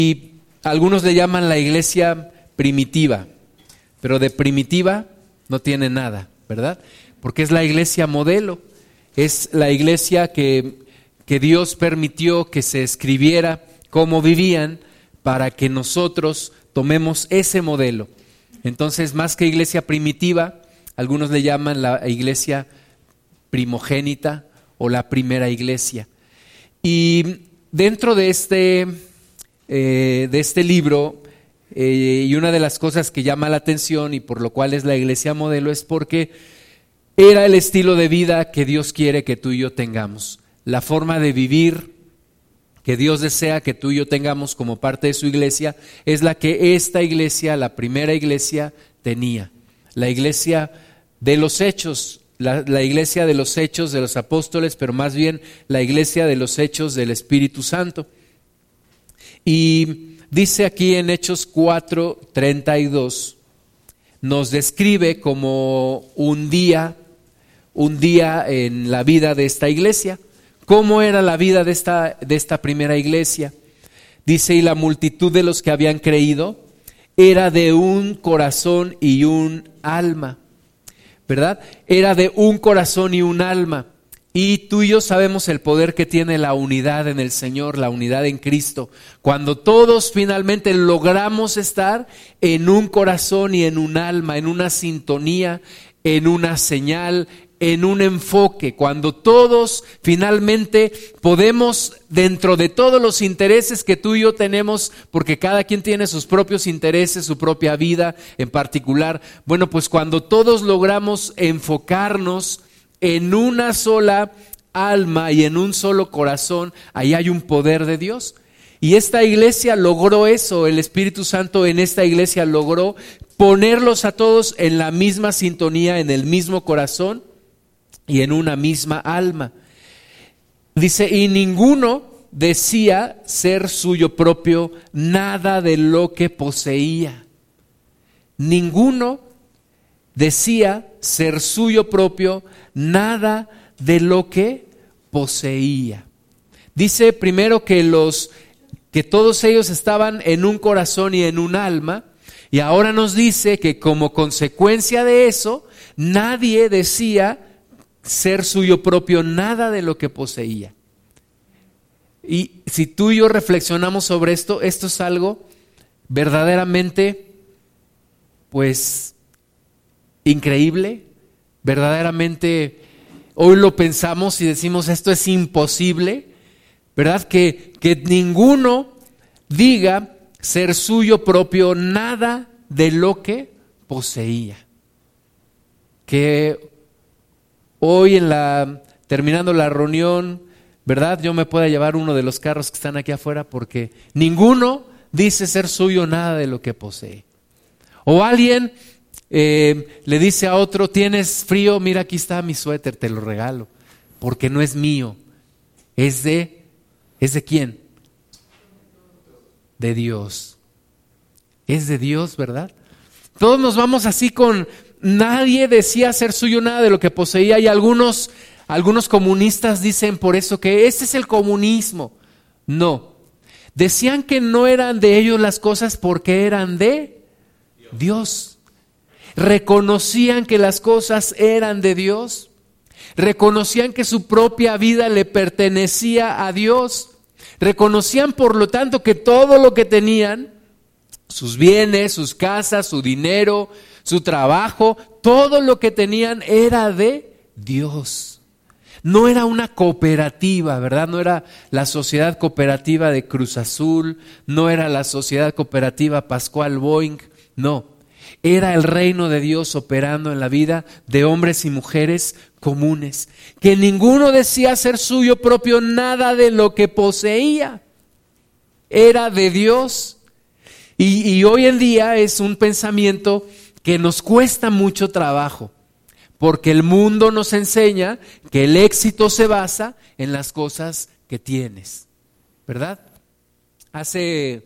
Y algunos le llaman la iglesia primitiva, pero de primitiva no tiene nada, ¿verdad? Porque es la iglesia modelo, es la iglesia que Dios permitió que se escribiera cómo vivían para que nosotros tomemos ese modelo. Entonces, más que iglesia primitiva, algunos le llaman la iglesia primogénita o la primera iglesia. Y dentro de este libro, y una de las cosas que llama la atención y por lo cual es la iglesia modelo es porque era el estilo de vida que Dios quiere que tú y yo tengamos, la forma de vivir que Dios desea que tú y yo tengamos como parte de su iglesia es la que esta iglesia, la primera iglesia, tenía. La iglesia de los hechos, la iglesia de los hechos de los apóstoles, pero más bien la iglesia de los hechos del Espíritu Santo. Y dice aquí en Hechos 4:32, nos describe como un día en la vida de esta iglesia. ¿Cómo era la vida de esta primera iglesia? Dice, y la multitud de los que habían creído era de un corazón y un alma, ¿verdad? Era de un corazón y un alma. Y tú y yo sabemos el poder que tiene la unidad en el Señor, la unidad en Cristo. Cuando todos finalmente logramos estar en un corazón y en un alma, en una sintonía, en una señal, en un enfoque, cuando todos finalmente podemos, dentro de todos los intereses que tú y yo tenemos, porque cada quien tiene sus propios intereses, su propia vida en particular, bueno, pues cuando todos logramos enfocarnos en una sola alma y en un solo corazón, ahí hay un poder de Dios. Y esta iglesia logró eso, el Espíritu Santo en esta iglesia logró ponerlos a todos en la misma sintonía, en el mismo corazón y en una misma alma. Dice, y ninguno decía ser suyo propio nada de lo que poseía. Ninguno decía ser suyo propio nada de lo que poseía. Dice primero que todos ellos estaban en un corazón y en un alma, y ahora nos dice que como consecuencia de eso, nadie decía ser suyo propio nada de lo que poseía. Y si tú y yo reflexionamos sobre esto es algo verdaderamente, pues, increíble, verdaderamente, hoy lo pensamos y decimos esto es imposible, ¿verdad? Que ninguno diga ser suyo propio nada de lo que poseía. Que hoy terminando la reunión, ¿verdad? Yo me pueda llevar uno de los carros que están aquí afuera porque ninguno dice ser suyo nada de lo que posee. O alguien le dice a otro, ¿tienes frío? Mira, aquí está mi suéter, te lo regalo, porque no es mío, ¿es de quién? De Dios. Es de Dios, ¿verdad? Todos nos vamos así con, nadie decía ser suyo nada de lo que poseía, y algunos comunistas dicen por eso que ese es el comunismo. No, decían que no eran de ellos las cosas porque eran de Dios. Reconocían que las cosas eran de Dios, reconocían que su propia vida le pertenecía a Dios, reconocían por lo tanto que todo lo que tenían, sus bienes, sus casas, su dinero, su trabajo, todo lo que tenían era de Dios. No era una cooperativa, ¿verdad? No era la sociedad cooperativa de Cruz Azul, no era la sociedad cooperativa Pascual Boing, no. Era el reino de Dios operando en la vida de hombres y mujeres comunes, que ninguno decía ser suyo propio nada de lo que poseía, era de Dios. Y hoy en día es un pensamiento que nos cuesta mucho trabajo, porque el mundo nos enseña que el éxito se basa en las cosas que tienes, ¿verdad? Hace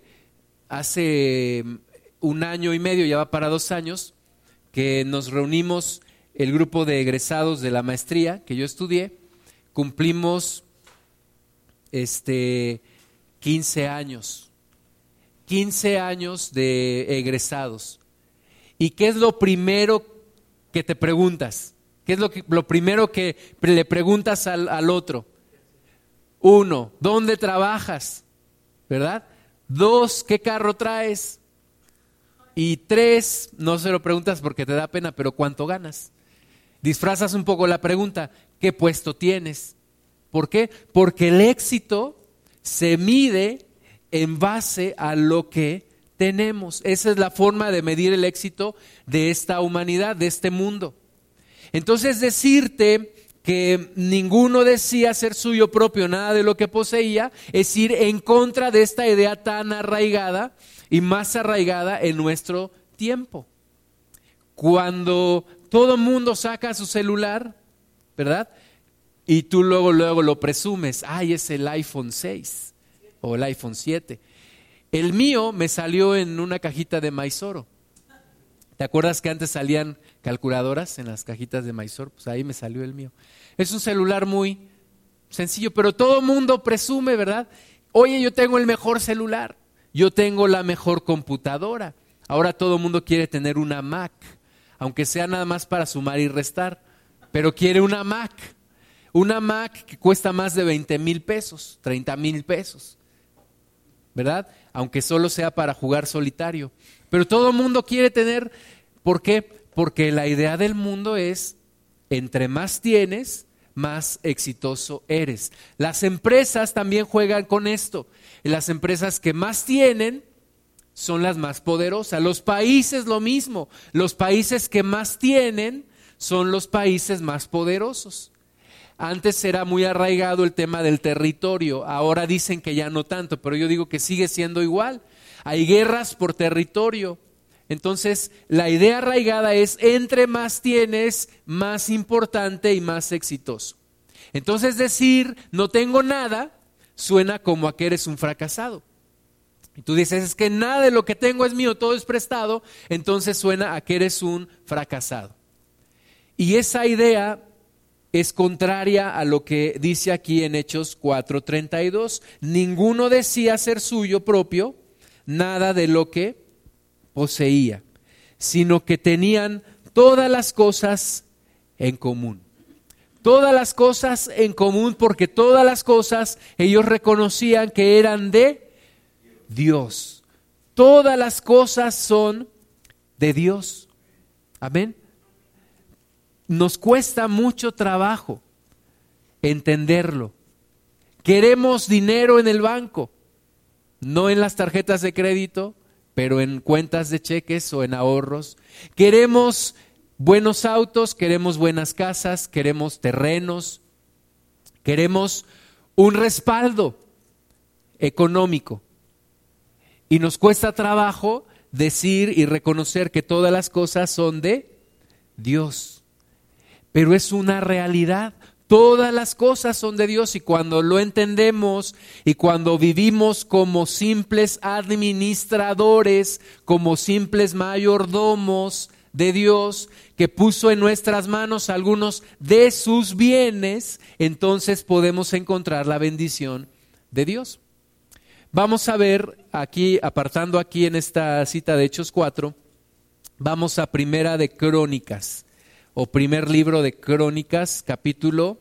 1 año y medio, ya va para 2 años, que nos reunimos el grupo de egresados de la maestría que yo estudié, cumplimos 15 años. 15 años de egresados. ¿Y qué es lo primero que te preguntas? ¿Qué es lo primero que le preguntas al otro? 1, ¿dónde trabajas? ¿Verdad? 2, ¿qué carro traes? Y 3, no se lo preguntas porque te da pena, pero ¿cuánto ganas? Disfrazas un poco la pregunta, ¿qué puesto tienes? ¿Por qué? Porque el éxito se mide en base a lo que tenemos. Esa es la forma de medir el éxito de esta humanidad, de este mundo. Entonces, decirte que ninguno decía ser suyo propio nada de lo que poseía es ir en contra de esta idea tan arraigada y más arraigada en nuestro tiempo. Cuando todo mundo saca su celular, ¿verdad? Y tú luego lo presumes, ay, es el iPhone 6 o el iPhone 7. El mío me salió en una cajita de Mysore. ¿Te acuerdas que antes salían calculadoras en las cajitas de Mysore? Pues ahí me salió el mío. Es un celular muy sencillo, pero todo mundo presume, ¿verdad? Oye, yo tengo el mejor celular, yo tengo la mejor computadora. Ahora todo mundo quiere tener una Mac, aunque sea nada más para sumar y restar, pero quiere una Mac. Una Mac que cuesta más de 20,000 pesos, 30,000 pesos, ¿verdad? Aunque solo sea para jugar solitario. Pero todo el mundo quiere tener, ¿por qué? Porque la idea del mundo es, entre más tienes, más exitoso eres. Las empresas también juegan con esto. Las empresas que más tienen son las más poderosas. Los países lo mismo. Los países que más tienen son los países más poderosos. Antes era muy arraigado el tema del territorio, ahora dicen que ya no tanto, pero yo digo que sigue siendo igual. Hay guerras por territorio. Entonces, la idea arraigada es, entre más tienes, más importante y más exitoso. Entonces, decir, no tengo nada, suena como a que eres un fracasado. Y tú dices, es que nada de lo que tengo es mío, todo es prestado, entonces suena a que eres un fracasado. Y esa idea es contraria a lo que dice aquí en Hechos 4:32. Ninguno decía ser suyo propio nada de lo que poseía, sino que tenían todas las cosas en común. Todas las cosas en común, porque todas las cosas ellos reconocían que eran de Dios. Todas las cosas son de Dios. Amén. Nos cuesta mucho trabajo entenderlo. Queremos dinero en el banco, no en las tarjetas de crédito, pero en cuentas de cheques o en ahorros. Queremos buenos autos, queremos buenas casas, queremos terrenos, queremos un respaldo económico. Y nos cuesta trabajo decir y reconocer que todas las cosas son de Dios. Pero es una realidad, todas las cosas son de Dios y cuando lo entendemos y cuando vivimos como simples administradores, como simples mayordomos de Dios, que puso en nuestras manos algunos de sus bienes, entonces podemos encontrar la bendición de Dios. Vamos a ver aquí, apartando aquí en esta cita de Hechos 4, vamos a Primera de Crónicas. O primer libro de Crónicas, capítulo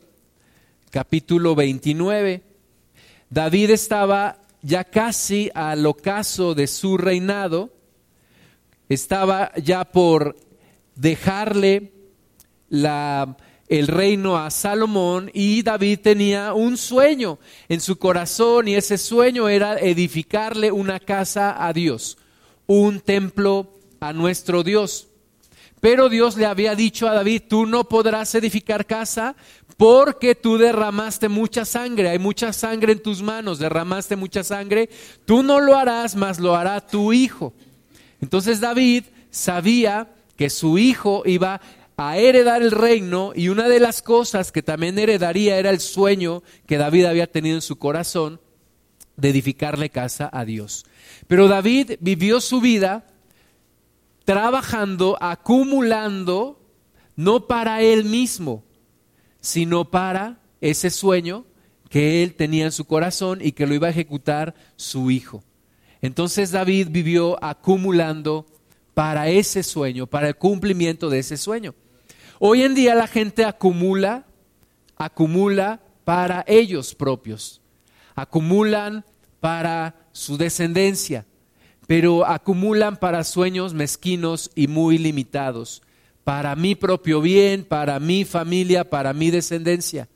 29. David estaba ya casi al ocaso de su reinado, estaba ya por dejarle el reino a Salomón y David tenía un sueño en su corazón y ese sueño era edificarle una casa a Dios, un templo a nuestro Dios. Pero Dios le había dicho a David, tú no podrás edificar casa porque tú derramaste mucha sangre, hay mucha sangre en tus manos, derramaste mucha sangre, tú no lo harás, mas lo hará tu hijo. Entonces David sabía que su hijo iba a heredar el reino y una de las cosas que también heredaría era el sueño que David había tenido en su corazón de edificarle casa a Dios. Pero David vivió su vida trabajando, acumulando, no para él mismo, sino para ese sueño que él tenía en su corazón y que lo iba a ejecutar su hijo. Entonces David vivió acumulando para ese sueño, para el cumplimiento de ese sueño. Hoy en día la gente acumula para ellos propios, acumulan para su descendencia, pero acumulan para sueños mezquinos y muy limitados, para mi propio bien, para mi familia, para mi descendencia.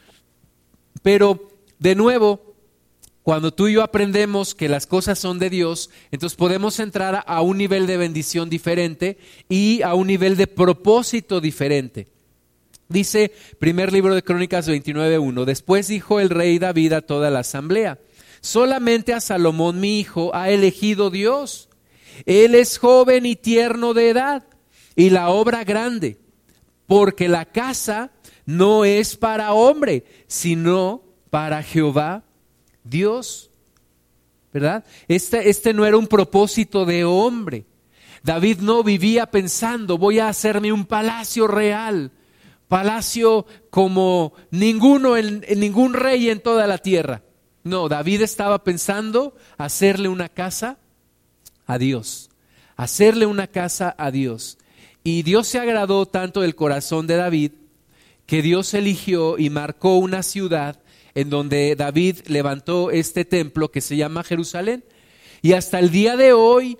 Pero de nuevo, cuando tú y yo aprendemos que las cosas son de Dios, entonces podemos entrar a un nivel de bendición diferente y a un nivel de propósito diferente. Dice, primer libro de Crónicas 29:1, después dijo el rey David a toda la asamblea, solamente a Salomón mi hijo ha elegido Dios. Él es joven y tierno de edad y la obra grande, porque la casa no es para hombre, sino para Jehová Dios, ¿verdad? Este no era un propósito de hombre. David no vivía pensando, voy a hacerme un palacio real, palacio como ningún rey en toda la tierra. No, David estaba pensando hacerle una casa a Dios, hacerle una casa a Dios. Y Dios se agradó tanto del corazón de David que Dios eligió y marcó una ciudad en donde David levantó este templo que se llama Jerusalén. Y hasta el día de hoy,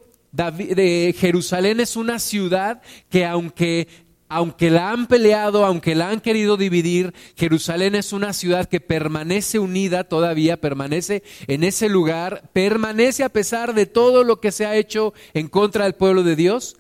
Jerusalén es una ciudad que aunque la han peleado, aunque la han querido dividir, Jerusalén es una ciudad que permanece unida todavía, permanece en ese lugar, permanece a pesar de todo lo que se ha hecho en contra del pueblo de Dios,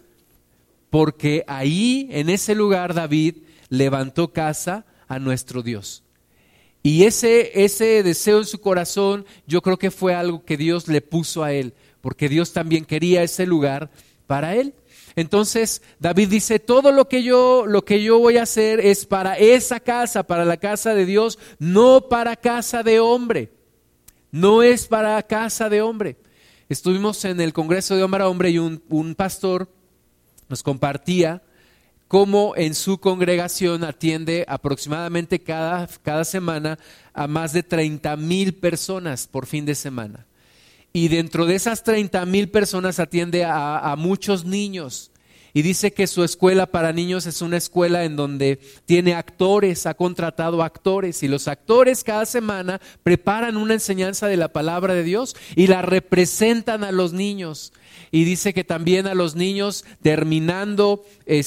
porque ahí, en ese lugar, David levantó casa a nuestro Dios. Y ese deseo en su corazón, yo creo que fue algo que Dios le puso a él, porque Dios también quería ese lugar para él. Entonces David dice, todo lo que yo voy a hacer es para esa casa, para la casa de Dios, no para casa de hombre. No es para casa de hombre. Estuvimos en el Congreso de Hombre a Hombre y un pastor nos compartía cómo en su congregación atiende aproximadamente cada semana a más de 30,000 personas por fin de semana. Y dentro de esas 30,000 personas atiende a muchos niños. Y dice que su escuela para niños es una escuela en donde tiene actores, ha contratado actores. Y los actores cada semana preparan una enseñanza de la palabra de Dios y la representan a los niños. Y dice que también a los niños, terminando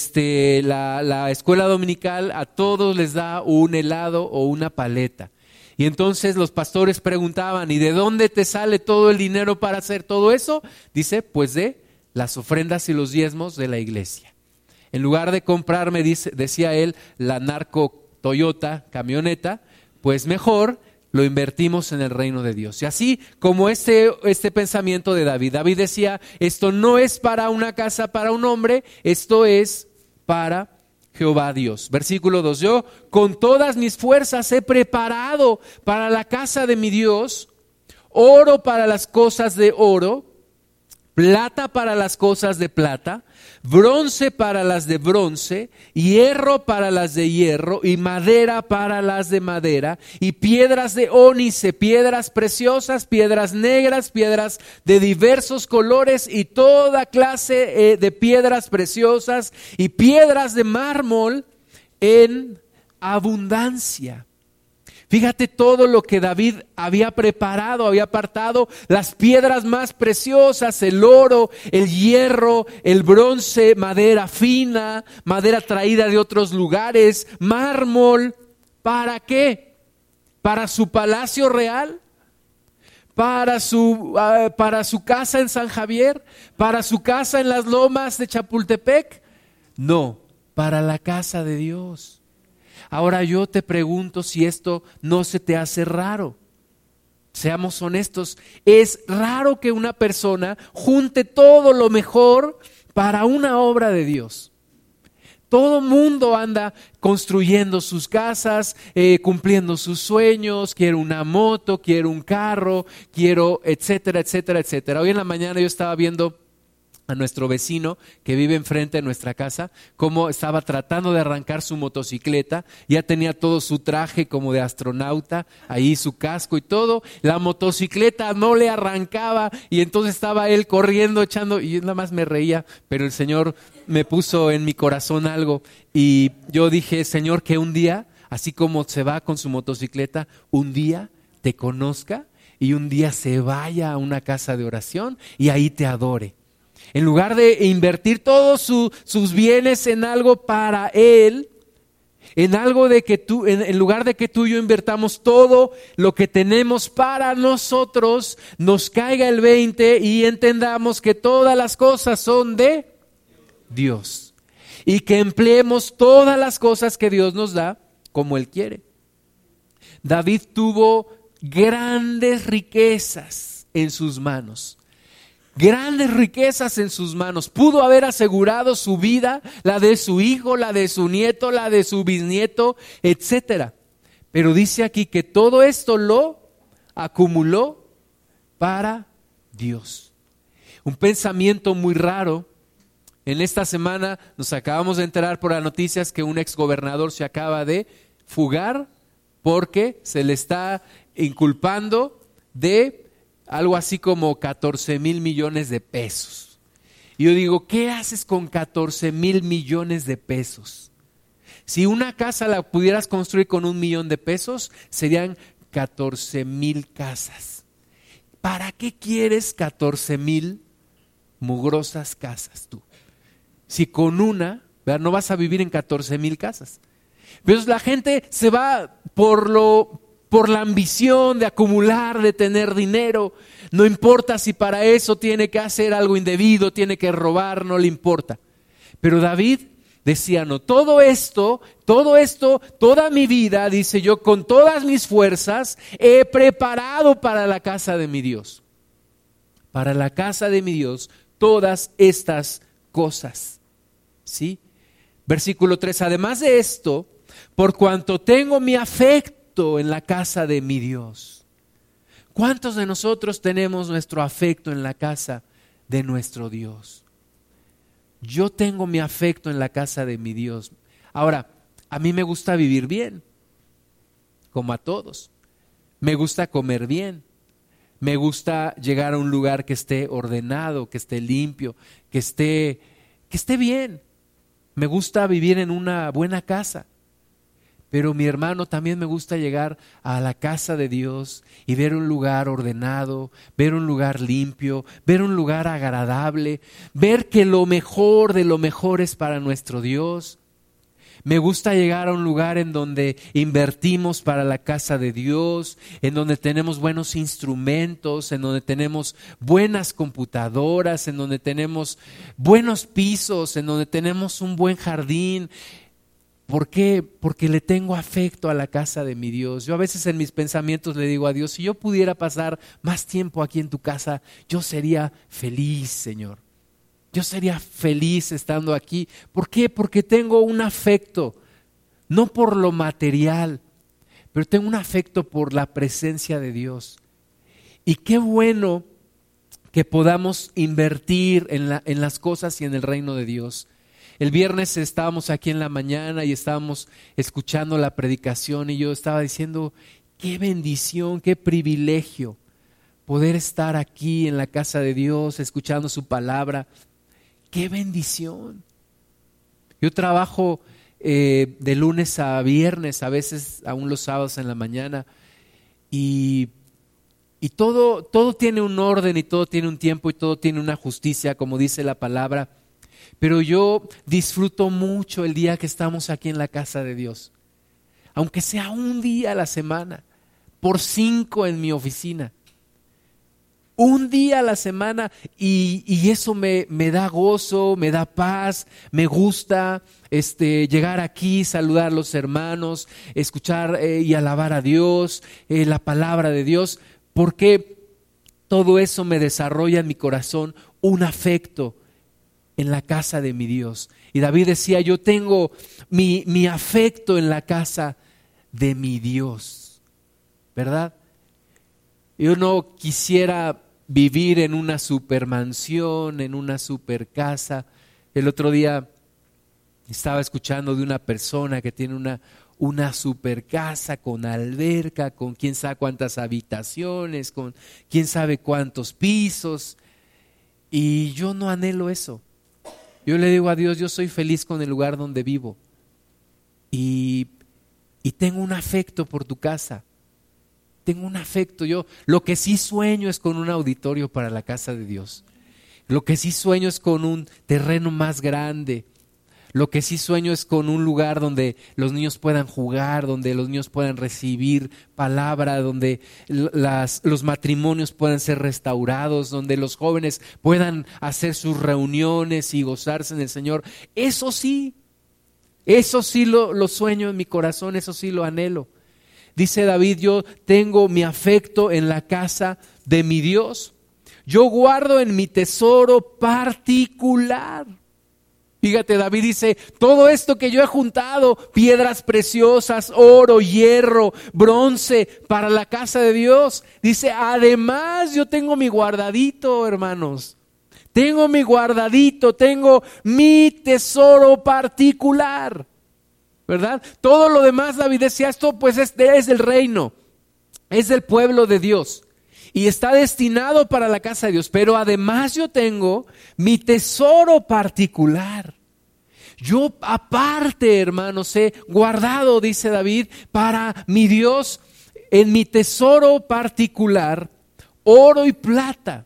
la escuela dominical, a todos les da un helado o una paleta. Y entonces los pastores preguntaban, ¿y de dónde te sale todo el dinero para hacer todo eso? Dice, pues de las ofrendas y los diezmos de la iglesia. En lugar de comprarme, decía él, la narco Toyota camioneta, pues mejor lo invertimos en el reino de Dios. Y así como este pensamiento de David. David decía, esto no es para una casa, para un hombre, esto es para Jehová Dios. Versículo 2, yo con todas mis fuerzas he preparado para la casa de mi Dios, oro para las cosas de oro, plata para las cosas de plata, bronce para las de bronce, hierro para las de hierro y madera para las de madera, y piedras de ónice, piedras preciosas, piedras negras, piedras de diversos colores y toda clase de piedras preciosas y piedras de mármol en abundancia. Fíjate todo lo que David había preparado, había apartado, las piedras más preciosas, el oro, el hierro, el bronce, madera fina, madera traída de otros lugares, mármol. ¿Para qué? ¿Para su palacio real? ¿Para su casa en San Javier? ¿Para su casa en las lomas de Chapultepec? No, para la casa de Dios. Ahora yo te pregunto si esto no se te hace raro. Seamos honestos, es raro que una persona junte todo lo mejor para una obra de Dios. Todo mundo anda construyendo sus casas, cumpliendo sus sueños, quiero una moto, quiero un carro, quiero etcétera, etcétera, etcétera. Hoy en la mañana yo estaba viendo a nuestro vecino que vive enfrente de nuestra casa, cómo estaba tratando de arrancar su motocicleta, ya tenía todo su traje como de astronauta, ahí su casco y todo, la motocicleta no le arrancaba y entonces estaba él corriendo, echando, y yo nada más me reía, pero el Señor me puso en mi corazón algo y yo dije, Señor, que un día, así como se va con su motocicleta, un día te conozca y un día se vaya a una casa de oración y ahí te adore. En lugar de invertir todos sus bienes en algo para Él, en algo de que en lugar de que tú y yo invertamos todo lo que tenemos para nosotros, nos caiga el 20 y entendamos que todas las cosas son de Dios. Y que empleemos todas las cosas que Dios nos da como Él quiere. David tuvo grandes riquezas en sus manos. Grandes riquezas en sus manos. Pudo haber asegurado su vida, la de su hijo, la de su nieto, la de su bisnieto, etcétera. Pero dice aquí que todo esto lo acumuló para Dios. Un pensamiento muy raro. En esta semana nos acabamos de enterar por las noticias que un exgobernador se acaba de fugar porque se le está inculpando de algo así como 14,000 millones de pesos. Y yo digo, ¿qué haces con 14,000 millones de pesos? Si una casa la pudieras construir con 1,000,000 de pesos, serían 14,000 casas. ¿Para qué quieres 14,000 mugrosas casas tú? Si con una, ¿verdad? No vas a vivir en 14,000 casas. Pero la gente se va por la ambición de acumular, de tener dinero. No importa si para eso tiene que hacer algo indebido, tiene que robar, no le importa. Pero David decía, no, todo esto, toda mi vida, dice yo, con todas mis fuerzas, he preparado para la casa de mi Dios. Para la casa de mi Dios, todas estas cosas. ¿Sí? Versículo 3, además de esto, por cuanto tengo mi afecto en la casa de mi Dios. ¿Cuántos de nosotros tenemos nuestro afecto en la casa de nuestro Dios? Yo tengo mi afecto en la casa de mi Dios. Ahora, a mí me gusta vivir bien, como a todos. Me gusta comer bien. Me gusta llegar a un lugar que esté ordenado, que esté limpio, que esté bien. Me gusta vivir en una buena casa. Pero mi hermano, también me gusta llegar a la casa de Dios y ver un lugar ordenado, ver un lugar limpio, ver un lugar agradable, ver que lo mejor de lo mejor es para nuestro Dios. Me gusta llegar a un lugar en donde invertimos para la casa de Dios, en donde tenemos buenos instrumentos, en donde tenemos buenas computadoras, en donde tenemos buenos pisos, en donde tenemos un buen jardín. ¿Por qué? Porque le tengo afecto a la casa de mi Dios. Yo a veces en mis pensamientos le digo a Dios, si yo pudiera pasar más tiempo aquí en tu casa, yo sería feliz, Señor. Yo sería feliz estando aquí. ¿Por qué? Porque tengo un afecto, no por lo material, pero tengo un afecto por la presencia de Dios. Y qué bueno que podamos invertir en las cosas y en el reino de Dios. El viernes estábamos aquí en la mañana y estábamos escuchando la predicación y yo estaba diciendo, qué bendición, qué privilegio poder estar aquí en la casa de Dios, escuchando su palabra. ¡Qué bendición! Yo trabajo de lunes a viernes, a veces aún los sábados en la mañana, y todo tiene un orden y todo tiene un tiempo y todo tiene una justicia, como dice la palabra. Pero yo disfruto mucho el día que estamos aquí en la casa de Dios, aunque sea un día a la semana, por 5 en mi oficina. Un día a la semana y eso me da gozo, me da paz, me gusta llegar aquí, saludar a los hermanos, escuchar y alabar a Dios, la palabra de Dios, porque todo eso me desarrolla en mi corazón un afecto en la casa de mi Dios. Y David decía, yo tengo mi afecto en la casa de mi Dios, ¿verdad? Yo no quisiera vivir en una supermansión, en una supercasa. El otro día estaba escuchando de una persona que tiene una supercasa con alberca, con quién sabe cuántas habitaciones, con quién sabe cuántos pisos. Y yo no anhelo eso. Yo le digo a Dios, yo soy feliz con el lugar donde vivo. Y tengo un afecto por tu casa. Tengo un afecto. Yo lo que sí sueño es con un auditorio para la casa de Dios. Lo que sí sueño es con un terreno más grande. Lo que sí sueño es con un lugar donde los niños puedan jugar, donde los niños puedan recibir palabra, donde los matrimonios puedan ser restaurados, donde los jóvenes puedan hacer sus reuniones y gozarse en el Señor. Eso sí lo sueño en mi corazón, eso sí lo anhelo. Dice David, yo tengo mi afecto en la casa de mi Dios. Yo guardo en mi tesoro particular. Fíjate, David dice, todo esto que yo he juntado, piedras preciosas, oro, hierro, bronce, para la casa de Dios. Dice, además yo tengo mi guardadito, hermanos. Tengo mi guardadito, tengo mi tesoro particular. ¿Verdad? Todo lo demás, David decía, esto pues es del reino, es del pueblo de Dios. Y está destinado para la casa de Dios. Pero además yo tengo mi tesoro particular. Yo aparte, hermanos, he guardado, dice David, para mi Dios en mi tesoro particular, oro y plata,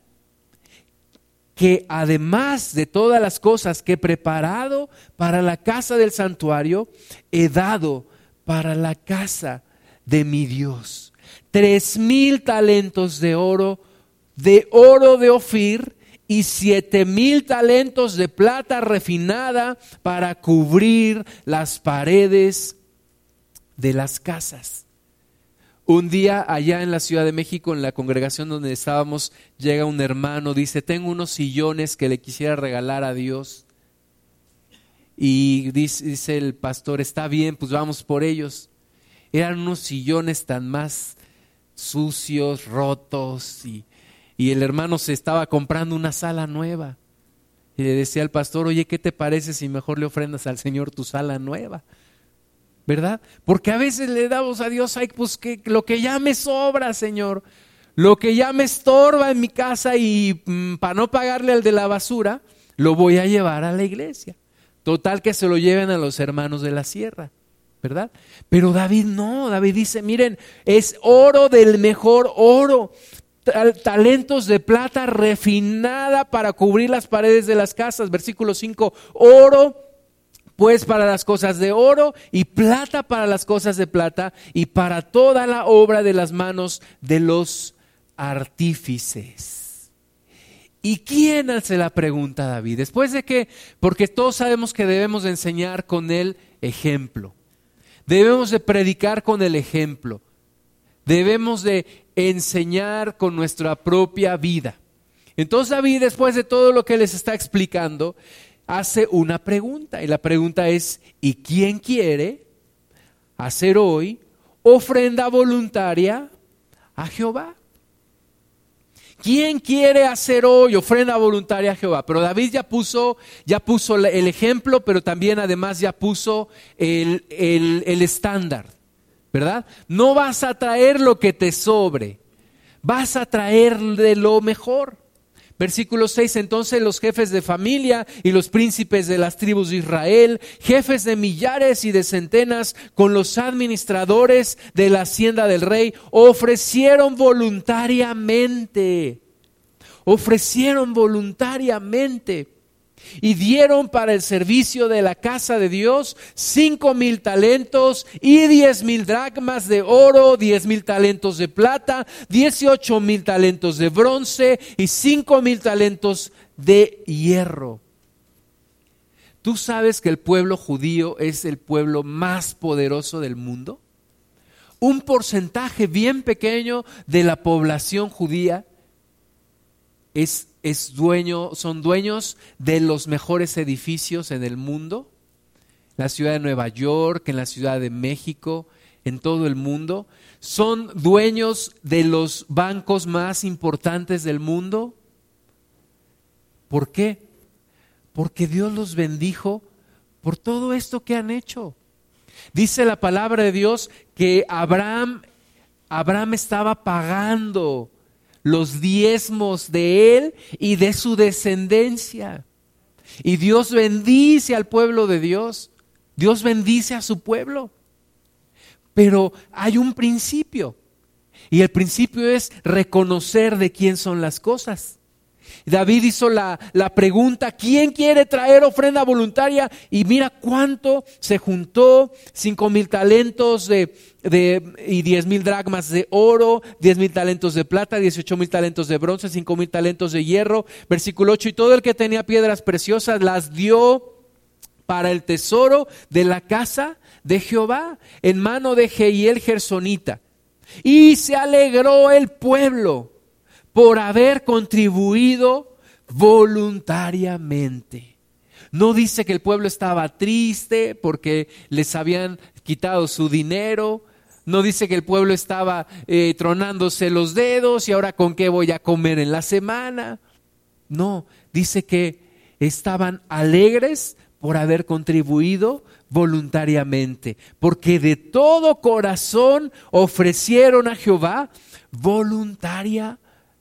que además de todas las cosas que he preparado para la casa del santuario, he dado para la casa de mi Dios. 3,000 talentos de oro de Ofir y 7,000 talentos de plata refinada para cubrir las paredes de las casas. Un día allá en la Ciudad de México, en la congregación donde estábamos, llega un hermano, dice, tengo unos sillones que le quisiera regalar a Dios. Y dice el pastor, está bien, pues vamos por ellos. Eran unos sillones tan más sucios, rotos, y el hermano se estaba comprando una sala nueva. Y le decía al pastor, oye, ¿qué te parece si mejor le ofrendas al Señor tu sala nueva? ¿Verdad? Porque a veces le damos a Dios, ay, pues que lo que ya me sobra, Señor, lo que ya me estorba en mi casa y para no pagarle al de la basura, lo voy a llevar a la iglesia. Total que se lo lleven a los hermanos de la sierra, ¿verdad? Pero David no, David dice, miren, es oro del mejor oro, talentos de plata refinada para cubrir las paredes de las casas. Versículo 5, oro pues para las cosas de oro y plata para las cosas de plata y para toda la obra de las manos de los artífices. ¿Y quién hace la pregunta a David? Después de que, porque todos sabemos que debemos de enseñar con el ejemplo, debemos de predicar con el ejemplo, debemos de enseñar con nuestra propia vida. Entonces David, después de todo lo que les está explicando, hace una pregunta, y la pregunta es, ¿y quién quiere hacer hoy ofrenda voluntaria a Jehová? ¿Quién quiere hacer hoy ofrenda voluntaria a Jehová? Pero David ya puso el ejemplo, pero también además ya puso el estándar, ¿verdad? No vas a traer lo que te sobre, vas a traer de lo mejor. Versículo 6, entonces los jefes de familia y los príncipes de las tribus de Israel, jefes de millares y de centenas, con los administradores de la hacienda del rey, ofrecieron voluntariamente y dieron para el servicio de la casa de Dios 5,000 talentos y 10,000 dracmas de oro, 10,000 talentos de plata, 18,000 talentos de bronce y 5,000 talentos de hierro. ¿Tú sabes que el pueblo judío es el pueblo más poderoso del mundo? Un porcentaje bien pequeño de la población judía son dueños de los mejores edificios en el mundo, en la ciudad de Nueva York, en la ciudad de México, en todo el mundo, son dueños de los bancos más importantes del mundo. ¿Por qué? Porque Dios los bendijo por todo esto que han hecho. Dice la palabra de Dios que Abraham estaba pagando los diezmos de él y de su descendencia. Y Dios bendice al pueblo de Dios. Dios bendice a su pueblo. Pero hay un principio. Y el principio es reconocer de quién son las cosas. David hizo la pregunta, ¿quién quiere traer ofrenda voluntaria? Y mira cuánto se juntó: 5,000 talentos y 10,000 dracmas de oro, 10,000 talentos de plata, 18,000 talentos de bronce, 5,000 talentos de hierro. Versículo 8, y todo el que tenía piedras preciosas las dio para el tesoro de la casa de Jehová, en mano de Jehiel Gersonita. Y se alegró el pueblo por haber contribuido voluntariamente. No dice que el pueblo estaba triste porque les habían quitado su dinero. No dice que el pueblo estaba tronándose los dedos y ahora con qué voy a comer en la semana. No, dice que estaban alegres por haber contribuido voluntariamente, porque de todo corazón ofrecieron a Jehová voluntariamente.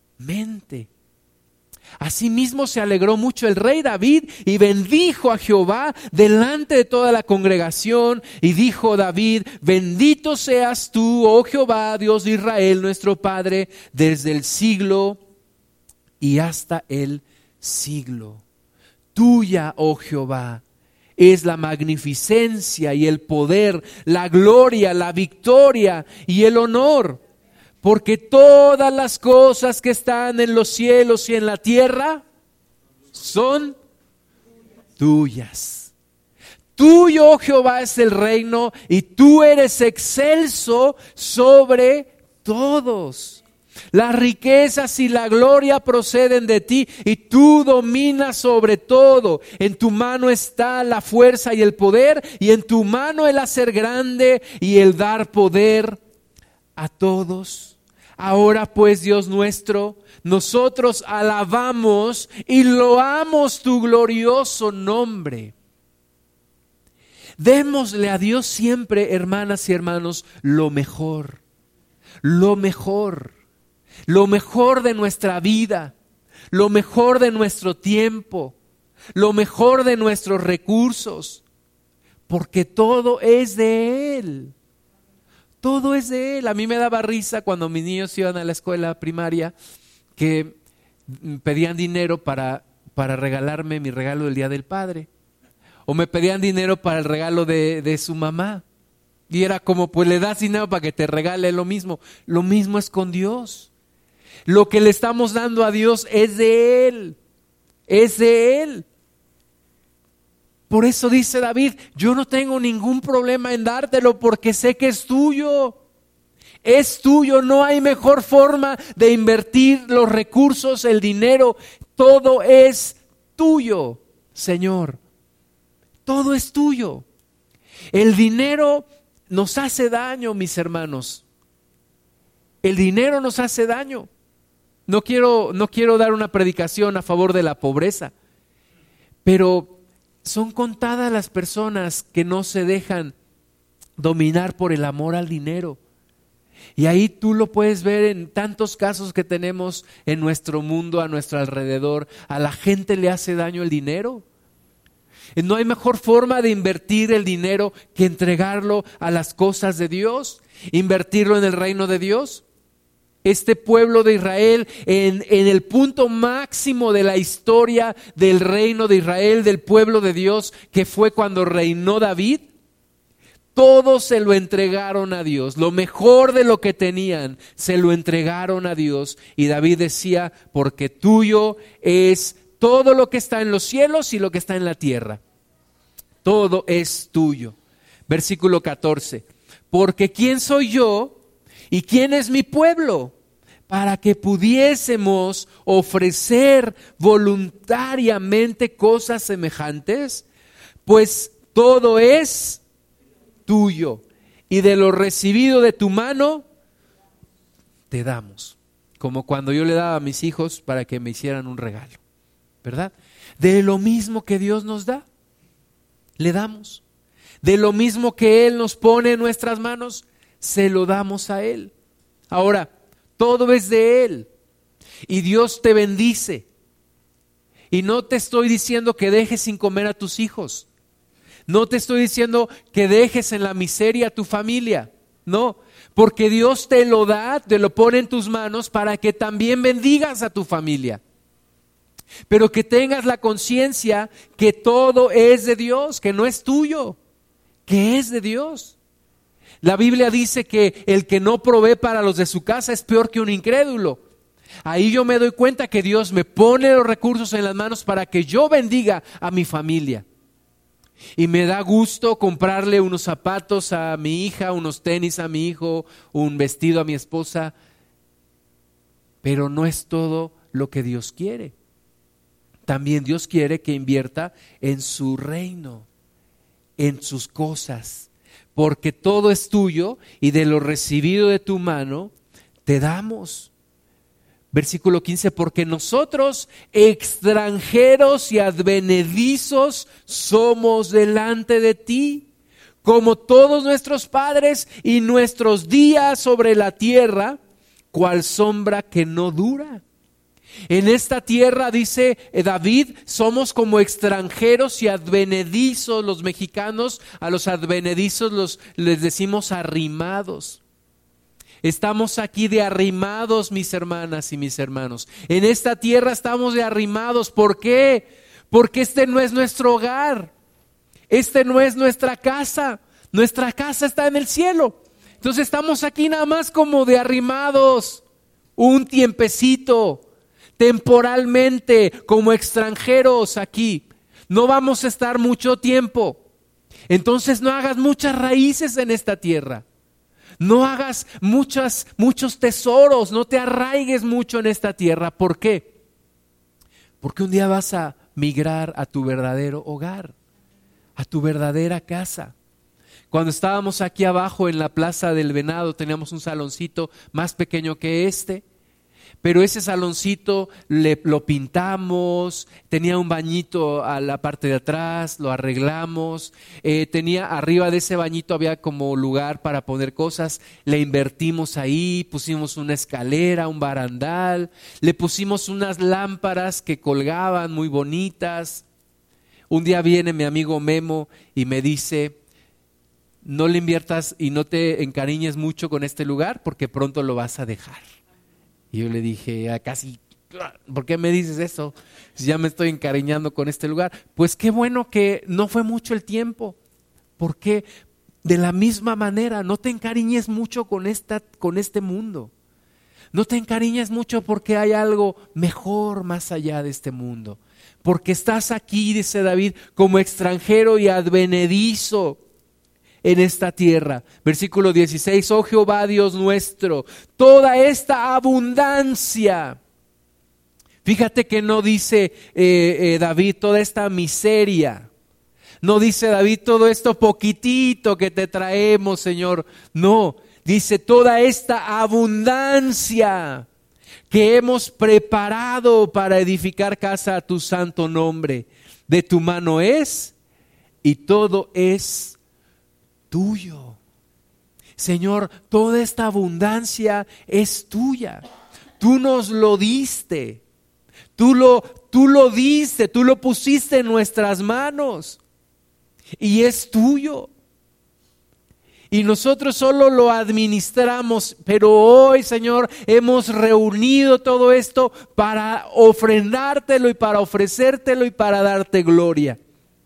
Asimismo se alegró mucho el rey David y bendijo a Jehová delante de toda la congregación, y dijo David: bendito seas tú, oh Jehová, Dios de Israel, nuestro Padre, desde el siglo y hasta el siglo. Tuya, oh Jehová, es la magnificencia y el poder, la gloria, la victoria y el honor. Porque todas las cosas que están en los cielos y en la tierra son tuyas. Tuyo, oh Jehová, es el reino, y tú eres excelso sobre todos. Las riquezas y la gloria proceden de ti, y tú dominas sobre todo. En tu mano está la fuerza y el poder, y en tu mano el hacer grande y el dar poder a todos. Ahora pues, Dios nuestro, nosotros alabamos y loamos tu glorioso nombre. Démosle a Dios siempre, hermanas y hermanos, lo mejor de nuestra vida, lo mejor de nuestro tiempo, lo mejor de nuestros recursos, porque todo es de Él. Todo es de Él. A mí me daba risa cuando mis niños iban a la escuela primaria, que pedían dinero para regalarme mi regalo del Día del Padre, o me pedían dinero para el regalo de su mamá, y era como, pues le das dinero para que te regale lo mismo. Lo mismo es con Dios. Lo que le estamos dando a Dios es de Él, es de Él. Por eso dice David: yo no tengo ningún problema en dártelo porque sé que es tuyo. Es tuyo, no hay mejor forma de invertir los recursos, el dinero. Todo es tuyo, Señor. Todo es tuyo. El dinero nos hace daño, mis hermanos. El dinero nos hace daño. No quiero dar una predicación a favor de la pobreza, pero son contadas las personas que no se dejan dominar por el amor al dinero. Y ahí tú lo puedes ver en tantos casos que tenemos en nuestro mundo, a nuestro alrededor. A la gente le hace daño el dinero. No hay mejor forma de invertir el dinero que entregarlo a las cosas de Dios, invertirlo en el reino de Dios. Este pueblo de Israel, en el punto máximo de la historia del reino de Israel, del pueblo de Dios, que fue cuando reinó David, todos se lo entregaron a Dios. Lo mejor de lo que tenían se lo entregaron a Dios. Y David decía: porque tuyo es todo lo que está en los cielos y lo que está en la tierra. Todo es tuyo. Versículo 14. Porque ¿quién soy yo y quién es mi pueblo para que pudiésemos ofrecer voluntariamente cosas semejantes? Pues todo es tuyo, y de lo recibido de tu mano te damos. Como cuando yo le daba a mis hijos para que me hicieran un regalo, ¿verdad? De lo mismo que Dios nos da, le damos. De lo mismo que Él nos pone en nuestras manos, se lo damos a Él. Ahora, todo es de Él y Dios te bendice. Y no te estoy diciendo que dejes sin comer a tus hijos. No te estoy diciendo que dejes en la miseria a tu familia. No, porque Dios te lo da, te lo pone en tus manos para que también bendigas a tu familia. Pero que tengas la conciencia que todo es de Dios, que no es tuyo, que es de Dios. La Biblia dice que el que no provee para los de su casa es peor que un incrédulo. Ahí yo me doy cuenta que Dios me pone los recursos en las manos para que yo bendiga a mi familia. Y me da gusto comprarle unos zapatos a mi hija, unos tenis a mi hijo, un vestido a mi esposa. Pero no es todo lo que Dios quiere. También Dios quiere que invierta en su reino, en sus cosas. Porque todo es tuyo y de lo recibido de tu mano te damos. Versículo 15, porque nosotros extranjeros y advenedizos somos delante de ti, como todos nuestros padres y nuestros días sobre la tierra, cual sombra que no dura. En esta tierra, dice David, somos como extranjeros y advenedizos. Los mexicanos a los advenedizos les decimos arrimados. Estamos aquí de arrimados, mis hermanas y mis hermanos. En esta tierra estamos de arrimados. ¿Por qué? Porque este no es nuestro hogar. Este no es nuestra casa. Nuestra casa está en el cielo. Entonces estamos aquí nada más como de arrimados. Un tiempecito, temporalmente, como extranjeros aquí. No vamos a estar mucho tiempo. Entonces no hagas muchas raíces en esta tierra. No hagas muchos tesoros, no te arraigues mucho en esta tierra. ¿Por qué? Porque un día vas a migrar a tu verdadero hogar, a tu verdadera casa. Cuando estábamos aquí abajo en la Plaza del Venado, teníamos un saloncito más pequeño que este. Pero ese saloncito lo pintamos, tenía un bañito a la parte de atrás, lo arreglamos, tenía arriba de ese bañito había como lugar para poner cosas, le invertimos ahí, pusimos una escalera, un barandal, le pusimos unas lámparas que colgaban muy bonitas. Un día viene mi amigo Memo y me dice, no le inviertas y no te encariñes mucho con este lugar porque pronto lo vas a dejar. Y yo le dije, casi, ¿por qué me dices eso? Si ya me estoy encariñando con este lugar. Pues qué bueno que no fue mucho el tiempo. Porque de la misma manera, no te encariñes mucho con este mundo. No te encariñes mucho porque hay algo mejor más allá de este mundo. Porque estás aquí, dice David, como extranjero y advenedizo en esta tierra. Versículo 16, oh Jehová Dios nuestro, toda esta abundancia. Fíjate que no dice David toda esta miseria. No dice David todo esto poquitito que te traemos, Señor. No, dice toda esta abundancia que hemos preparado para edificar casa a tu santo nombre. De tu mano es y todo es tuyo. Señor, toda esta abundancia es tuya. Tú nos lo diste. Tú lo diste, tú lo pusiste en nuestras manos. Y es tuyo. Y nosotros solo lo administramos, pero hoy, Señor, hemos reunido todo esto para ofrendártelo y para ofrecértelo y para darte gloria.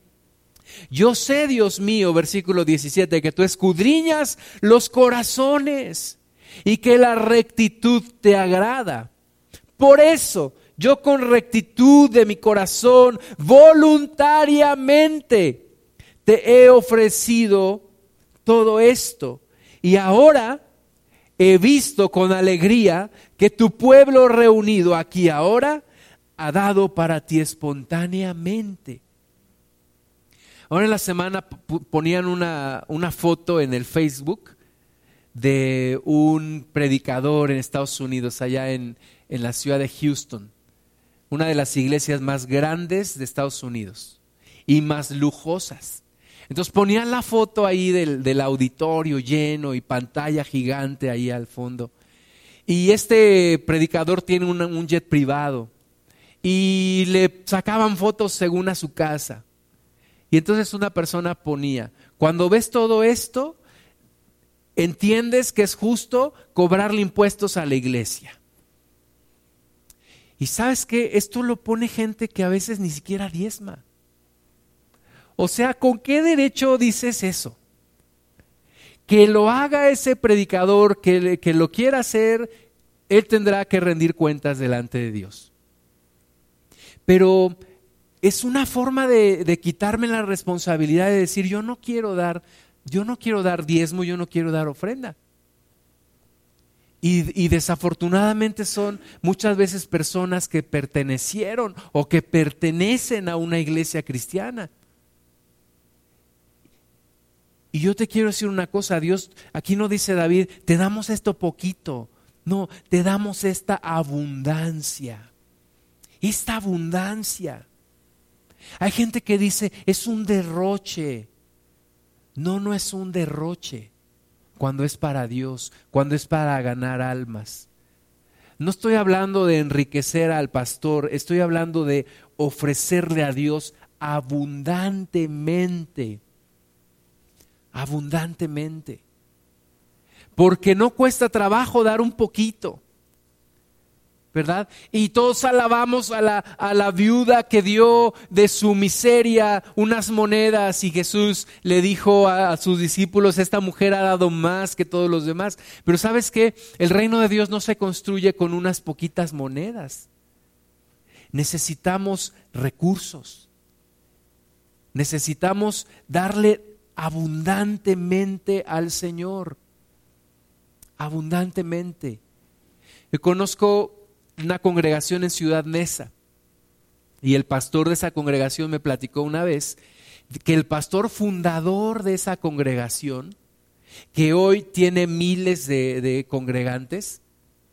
Yo sé, Dios mío, versículo 17, que tú escudriñas los corazones y que la rectitud te agrada. Por eso, yo con rectitud de mi corazón, voluntariamente, te he ofrecido todo esto. Y ahora he visto con alegría que tu pueblo reunido aquí ahora ha dado para ti espontáneamente. Ahora en la semana ponían una foto en el Facebook de un predicador en Estados Unidos, allá en la ciudad de Houston, una de las iglesias más grandes de Estados Unidos y más lujosas. Entonces ponían la foto ahí del auditorio lleno y pantalla gigante ahí al fondo. Y este predicador tiene un jet privado y le sacaban fotos según a su casa. Y entonces una persona ponía: cuando ves todo esto, entiendes que es justo cobrarle impuestos a la iglesia. Y ¿sabes qué? Esto lo pone gente que a veces ni siquiera diezma. O sea, ¿con qué derecho dices eso? Que lo haga ese predicador, que lo quiera hacer, él tendrá que rendir cuentas delante de Dios. Pero es una forma de quitarme la responsabilidad de decir: yo no quiero dar diezmo, yo no quiero dar ofrenda. Y desafortunadamente son muchas veces personas que pertenecieron o que pertenecen a una iglesia cristiana. Y yo te quiero decir una cosa: Dios, aquí no dice David, te damos esto poquito. No, te damos esta abundancia. Esta abundancia. Hay gente que dice, es un derroche. No, no es un derroche. Cuando es para Dios, cuando es para ganar almas. No estoy hablando de enriquecer al pastor, estoy hablando de ofrecerle a Dios abundantemente. Abundantemente. Porque no cuesta trabajo dar un poquito, ¿verdad? Y todos alabamos a la viuda que dio de su miseria unas monedas, y Jesús le dijo a sus discípulos: esta mujer ha dado más que todos los demás. Pero ¿sabes qué? El reino de Dios no se construye con unas poquitas monedas. Necesitamos recursos. Necesitamos darle abundantemente al Señor. Abundantemente. Yo conozco una congregación en Ciudad Neza, y el pastor de esa congregación me platicó una vez que el pastor fundador de esa congregación, que hoy tiene miles de congregantes,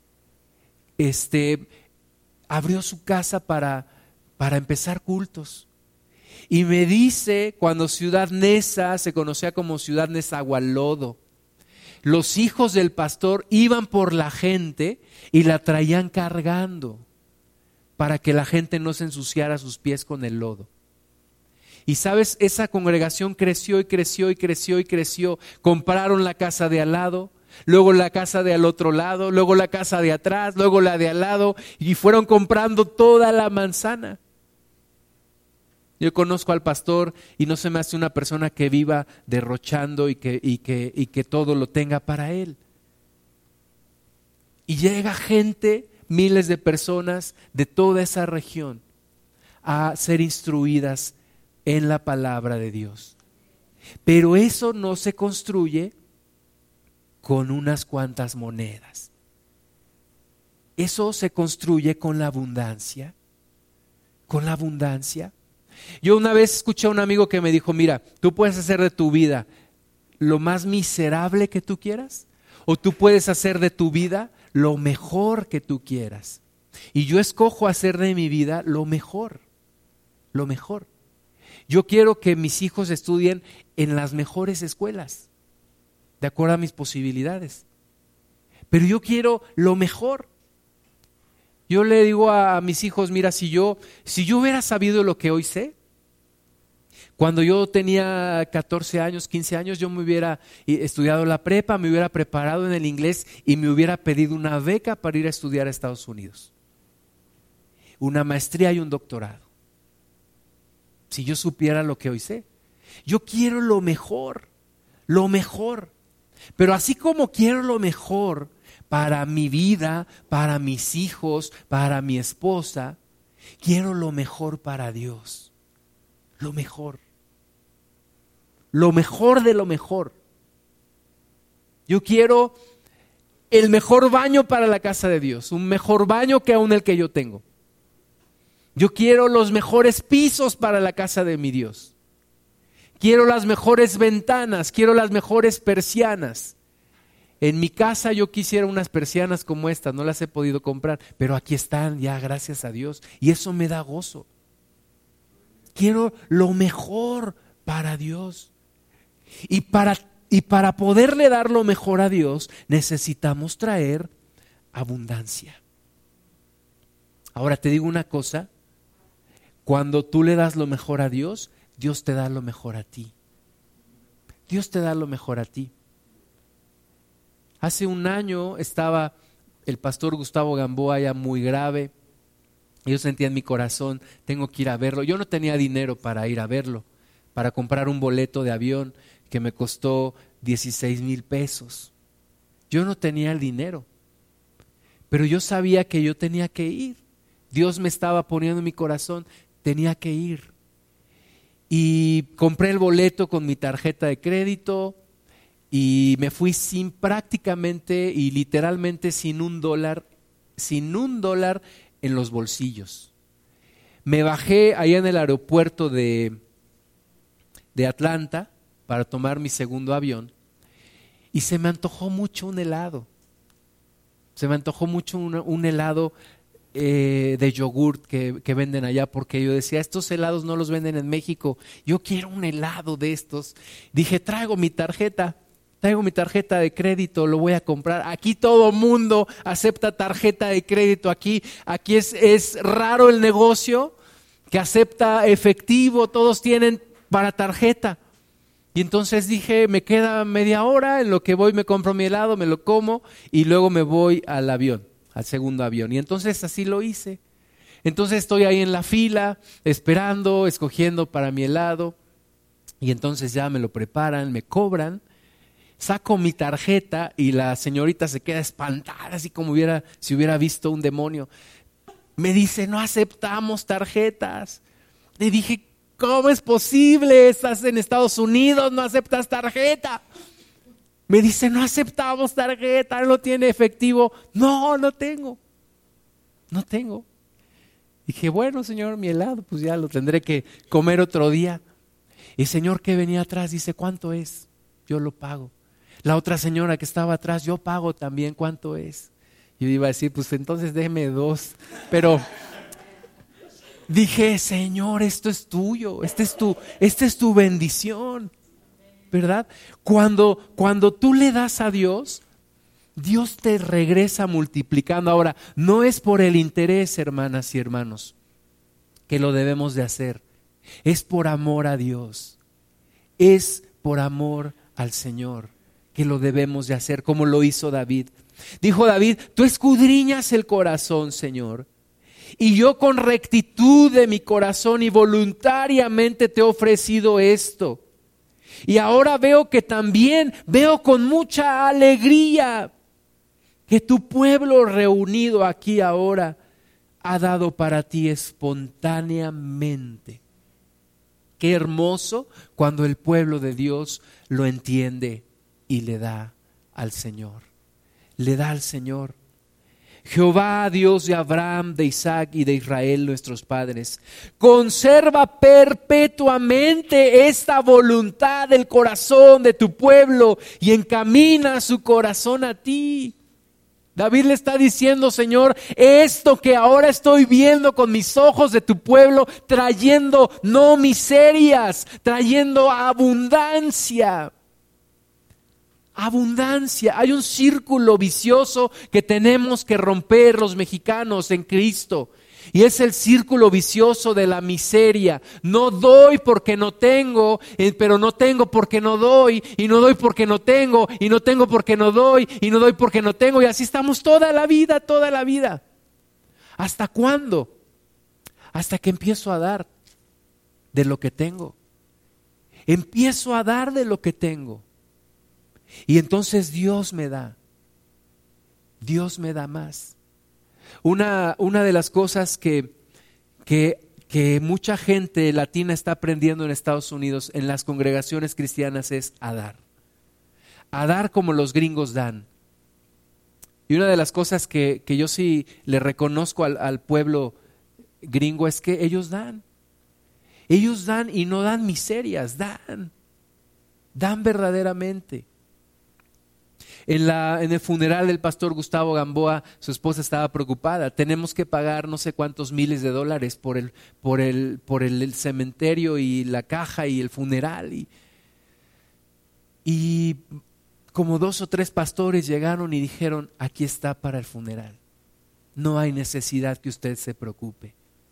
abrió su casa para empezar cultos. Y me dice, cuando Ciudad Neza se conocía como Ciudad Nezahualódotl, los hijos del pastor iban por la gente y la traían cargando para que la gente no se ensuciara sus pies con el lodo. Y sabes, esa congregación creció y creció y creció y creció. Compraron la casa de al lado, luego la casa de al otro lado, luego la casa de atrás, luego la de al lado, y fueron comprando toda la manzana. Yo conozco al pastor y no se me hace una persona que viva derrochando y que todo lo tenga para él. Y llega gente, miles de personas de toda esa región, a ser instruidas en la palabra de Dios. Pero eso no se construye con unas cuantas monedas. Eso se construye con la abundancia. Con la abundancia. Yo una vez escuché a un amigo que me dijo: mira, tú puedes hacer de tu vida lo más miserable que tú quieras, o tú puedes hacer de tu vida lo mejor que tú quieras. Y yo escojo hacer de mi vida lo mejor, lo mejor. Yo quiero que mis hijos estudien en las mejores escuelas, de acuerdo a mis posibilidades. Pero yo quiero lo mejor. Yo le digo a mis hijos: mira, si yo hubiera sabido lo que hoy sé, cuando yo tenía 14 años, 15 años, yo me hubiera estudiado la prepa, me hubiera preparado en el inglés y me hubiera pedido una beca para ir a estudiar a Estados Unidos. Una maestría y un doctorado. Si yo supiera lo que hoy sé. Yo quiero lo mejor, lo mejor. Pero así como quiero lo mejor para mi vida, para mis hijos, para mi esposa, quiero lo mejor para Dios. Lo mejor. Lo mejor de lo mejor. Yo quiero el mejor baño para la casa de Dios, un mejor baño que aún el que yo tengo. Yo quiero los mejores pisos para la casa de mi Dios. quiero las mejores ventanas, quiero las mejores persianas. En mi casa yo quisiera unas persianas como estas, no las he podido comprar, pero aquí están ya, gracias a Dios, y eso me da gozo. Quiero lo mejor para Dios. Y para poderle dar lo mejor a Dios, necesitamos traer abundancia. Ahora te digo una cosa, cuando tú le das lo mejor a Dios, Dios te da lo mejor a ti. Dios te da lo mejor a ti. Hace un año estaba el pastor Gustavo Gamboa ya muy grave. Yo sentía en mi corazón, tengo que ir a verlo. Yo no tenía dinero para ir a verlo, para comprar un boleto de avión que me costó 16,000 pesos. Yo no tenía el dinero, pero yo sabía que yo tenía que ir. Dios me estaba poniendo en mi corazón, tenía que ir. Y compré el boleto con mi tarjeta de crédito y me fui sin prácticamente y literalmente sin un dólar en los bolsillos. Me bajé allá en el aeropuerto de Atlanta para tomar mi segundo avión y se me antojó mucho un helado. Se me antojó mucho un helado de yogurt que venden allá, porque yo decía, estos helados no los venden en México, yo quiero un helado de estos. Dije, traigo mi tarjeta de crédito, lo voy a comprar. Aquí todo mundo acepta tarjeta de crédito, aquí es raro el negocio que acepta efectivo, todos tienen para tarjeta. Y entonces dije, me queda media hora, en lo que voy me compro mi helado, me lo como y luego me voy al avión, al segundo avión. Y entonces así lo hice. Entonces estoy ahí en la fila, esperando, escogiendo para mi helado. Y entonces ya me lo preparan, me cobran. Saco mi tarjeta y la señorita se queda espantada, así como si hubiera visto un demonio. Me dice, no aceptamos tarjetas. Le dije, ¿cómo es posible? Estás en Estados Unidos, no aceptas tarjeta. Me dice, no aceptamos tarjeta, no tiene efectivo. No tengo. Dije, bueno, señor, mi helado, pues ya lo tendré que comer otro día. Y el señor que venía atrás dice, ¿cuánto es? Yo lo pago. La otra señora que estaba atrás, yo pago también, ¿cuánto es? Yo iba a decir, pues entonces déjeme 2. Pero dije, Señor, esto es tuyo, esta es tu bendición, ¿verdad? Cuando tú le das a Dios, Dios te regresa multiplicando. Ahora, no es por el interés, hermanas y hermanos, que lo debemos de hacer. Es por amor a Dios. Es por amor al Señor que lo debemos de hacer, como lo hizo David. Dijo David, tú escudriñas el corazón, Señor, y yo con rectitud de mi corazón y voluntariamente te he ofrecido esto. Y ahora veo con mucha alegría que tu pueblo reunido aquí ahora ha dado para ti espontáneamente. Qué hermoso cuando el pueblo de Dios lo entiende y le da al Señor. Le da al Señor. Jehová, Dios de Abraham, de Isaac y de Israel, nuestros padres, conserva perpetuamente esta voluntad del corazón de tu pueblo y encamina su corazón a ti. David le está diciendo, Señor, esto que ahora estoy viendo con mis ojos de tu pueblo, trayendo no miserias, trayendo abundancia. Abundancia. Hay un círculo vicioso que tenemos que romper los mexicanos en Cristo. Y es el círculo vicioso de la miseria. No doy porque no tengo, pero no tengo porque no doy, y no doy porque no tengo, y no tengo porque no doy, y no doy porque no tengo. Y así estamos toda la vida. ¿Hasta cuándo? Hasta que empiezo a dar de lo que tengo. Empiezo a dar de lo que tengo. Y entonces Dios me da más. Una de las cosas que mucha gente latina está aprendiendo en Estados Unidos, en las congregaciones cristianas, es a dar. A dar como los gringos dan. Y una de las cosas que yo sí le reconozco al pueblo gringo es que ellos dan. Ellos dan y no dan miserias, dan verdaderamente. En el funeral del pastor Gustavo Gamboa, su esposa estaba preocupada. Tenemos que pagar no sé cuántos miles de dólares por el cementerio y la caja y el funeral. Y como 2 o 3 pastores llegaron y dijeron: aquí está para el funeral. No hay necesidad que usted se preocupe.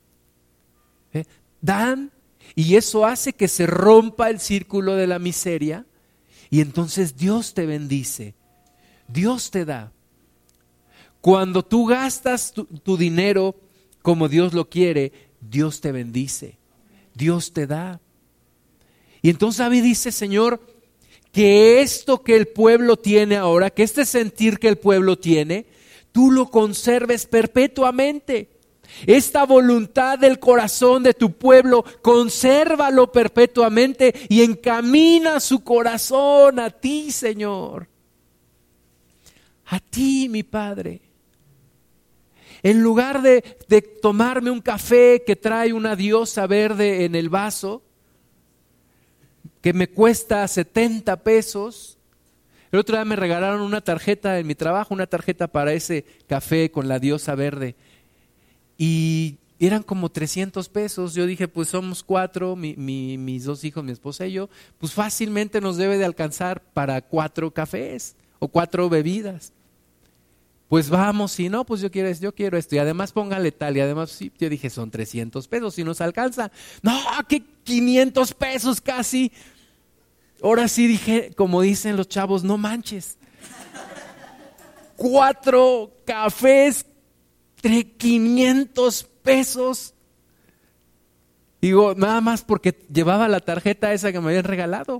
Dan, y eso hace que se rompa el círculo de la miseria, y entonces Dios te bendice. Dios te da. Cuando tú gastas tu dinero como Dios lo quiere, Dios te bendice, Dios te da. Y entonces David dice: Señor, que esto que el pueblo tiene ahora, que este sentir que el pueblo tiene, tú lo conserves perpetuamente. Esta voluntad del corazón de tu pueblo, consérvalo perpetuamente y encamina su corazón a ti, Señor. A ti, mi Padre. En lugar de tomarme un café que trae una diosa verde en el vaso, que me cuesta 70 pesos. El otro día me regalaron una tarjeta en mi trabajo, una tarjeta para ese café con la diosa verde. Y eran como 300 pesos. Yo dije, pues somos 4, mis 2 hijos, mi esposa y yo, pues fácilmente nos debe de alcanzar para 4 cafés o 4 bebidas. Pues vamos, y no, pues yo quiero esto, y además póngale tal, y además sí, yo dije, son 300 pesos, si nos alcanza. No, que 500 pesos casi. Ahora sí dije, como dicen los chavos, no manches. 4 cafés, 500 pesos. Digo, nada más porque llevaba la tarjeta esa que me habían regalado.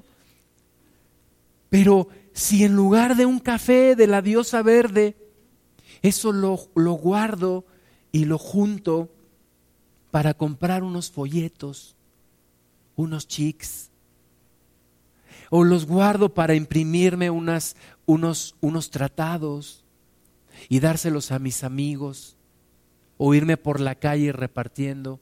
Pero si en lugar de un café de la diosa verde, eso lo guardo y lo junto para comprar unos folletos, unos chics, o los guardo para imprimirme unos tratados y dárselos a mis amigos, o irme por la calle repartiendo.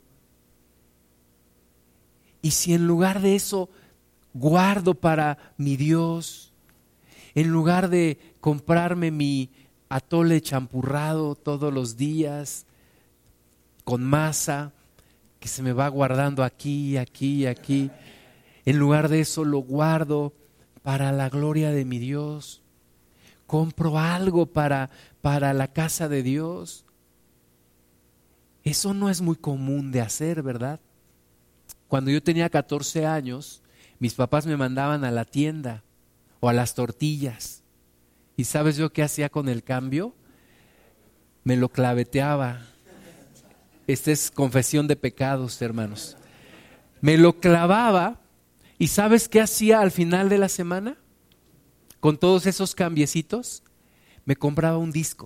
Y si en lugar de eso guardo para mi Dios, en lugar de comprarme mi atole champurrado todos los días con masa que se me va guardando aquí, en lugar de eso lo guardo para la gloria de mi Dios. Compro algo para la casa de Dios. Eso no es muy común de hacer, ¿verdad? Cuando yo tenía 14 años, mis papás me mandaban a la tienda o a las tortillas. ¿Y sabes yo qué hacía con el cambio? Me lo claveteaba. Esta es confesión de pecados, hermanos. Me lo clavaba, y ¿sabes qué hacía al final de la semana? Con todos esos cambiecitos, me compraba un disco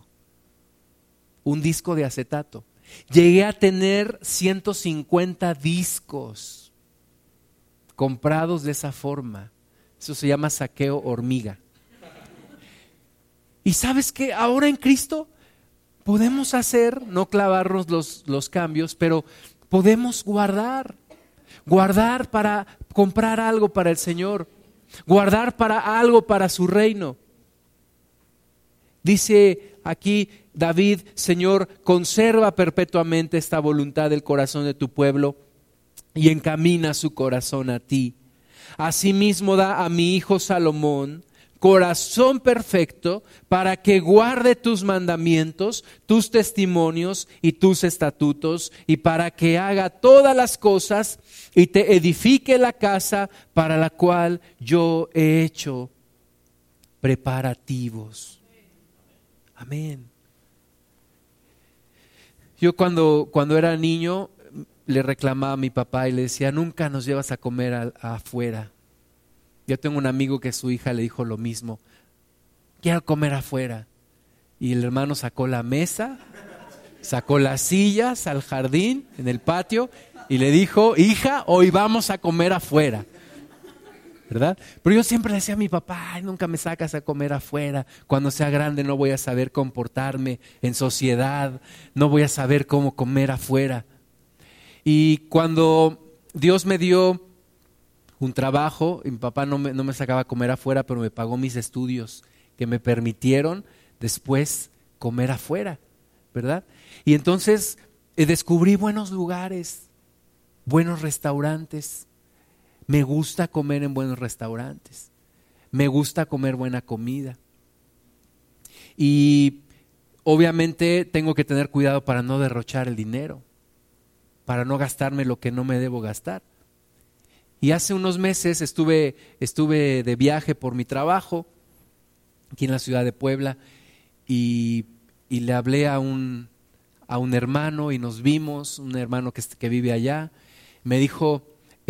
de acetato. Llegué a tener 150 discos comprados de esa forma. Eso se llama saqueo hormiga. Y ¿sabes qué? Ahora en Cristo podemos hacer, no clavarnos los cambios, pero podemos guardar para comprar algo para el Señor, guardar para algo para su reino. Dice aquí David: Señor, conserva perpetuamente esta voluntad del corazón de tu pueblo y encamina su corazón a ti. Asimismo da a mi hijo Salomón corazón perfecto para que guarde tus mandamientos, tus testimonios y tus estatutos, y para que haga todas las cosas y te edifique la casa para la cual yo he hecho preparativos. Amén. Yo cuando era niño le reclamaba a mi papá y le decía: nunca nos llevas a comer afuera. Yo tengo un amigo que su hija le dijo lo mismo: quiero comer afuera. Y el hermano sacó la mesa, sacó las sillas al jardín, en el patio, y le dijo: hija, hoy vamos a comer afuera, ¿verdad? Pero yo siempre le decía a mi papá: ay, nunca me sacas a comer afuera. Cuando sea grande no voy a saber comportarme en sociedad, no voy a saber cómo comer afuera. Y cuando Dios me dio un trabajo, y mi papá no me sacaba a comer afuera, pero me pagó mis estudios que me permitieron después comer afuera, ¿verdad? Y entonces descubrí buenos lugares, buenos restaurantes. Me gusta comer en buenos restaurantes, me gusta comer buena comida. Y obviamente tengo que tener cuidado para no derrochar el dinero, para no gastarme lo que no me debo gastar. Y hace unos meses estuve de viaje por mi trabajo aquí en la ciudad de Puebla y le hablé a un hermano y nos vimos, un hermano que vive allá. Me dijo,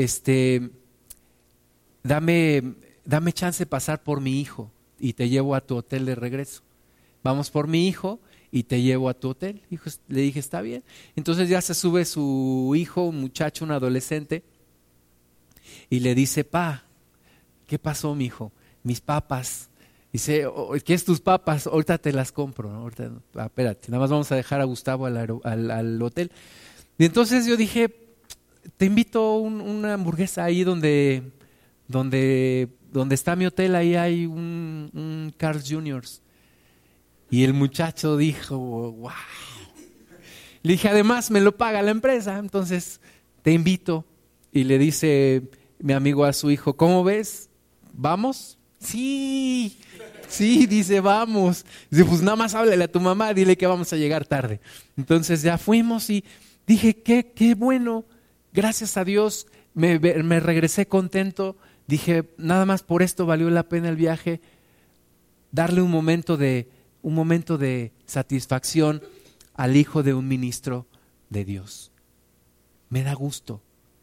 dame chance de pasar por mi hijo y te llevo a tu hotel de regreso. Vamos por mi hijo y te llevo a tu hotel. Le dije, está bien. Entonces ya se sube su hijo, un muchacho, un adolescente, y le dice, pa, ¿qué pasó, mijo? Mis papas. Dice, ¿qué es tus papas? Ahorita te las compro, ¿no? Ahorita, espérate, nada más vamos a dejar a Gustavo al hotel. Y entonces yo dije, te invito a una hamburguesa ahí donde está mi hotel, ahí hay un Carl's Jr. Y el muchacho dijo, wow. Le dije, además me lo paga la empresa, entonces te invito. Y le dice mi amigo a su hijo, ¿cómo ves? ¿Vamos? Sí, dice, vamos. Dice, pues nada más háblale a tu mamá, dile que vamos a llegar tarde. Entonces ya fuimos y dije, qué bueno, gracias a Dios, me regresé contento. Dije, nada más por esto valió la pena el viaje, darle un momento de satisfacción al hijo de un ministro de Dios. Me da gusto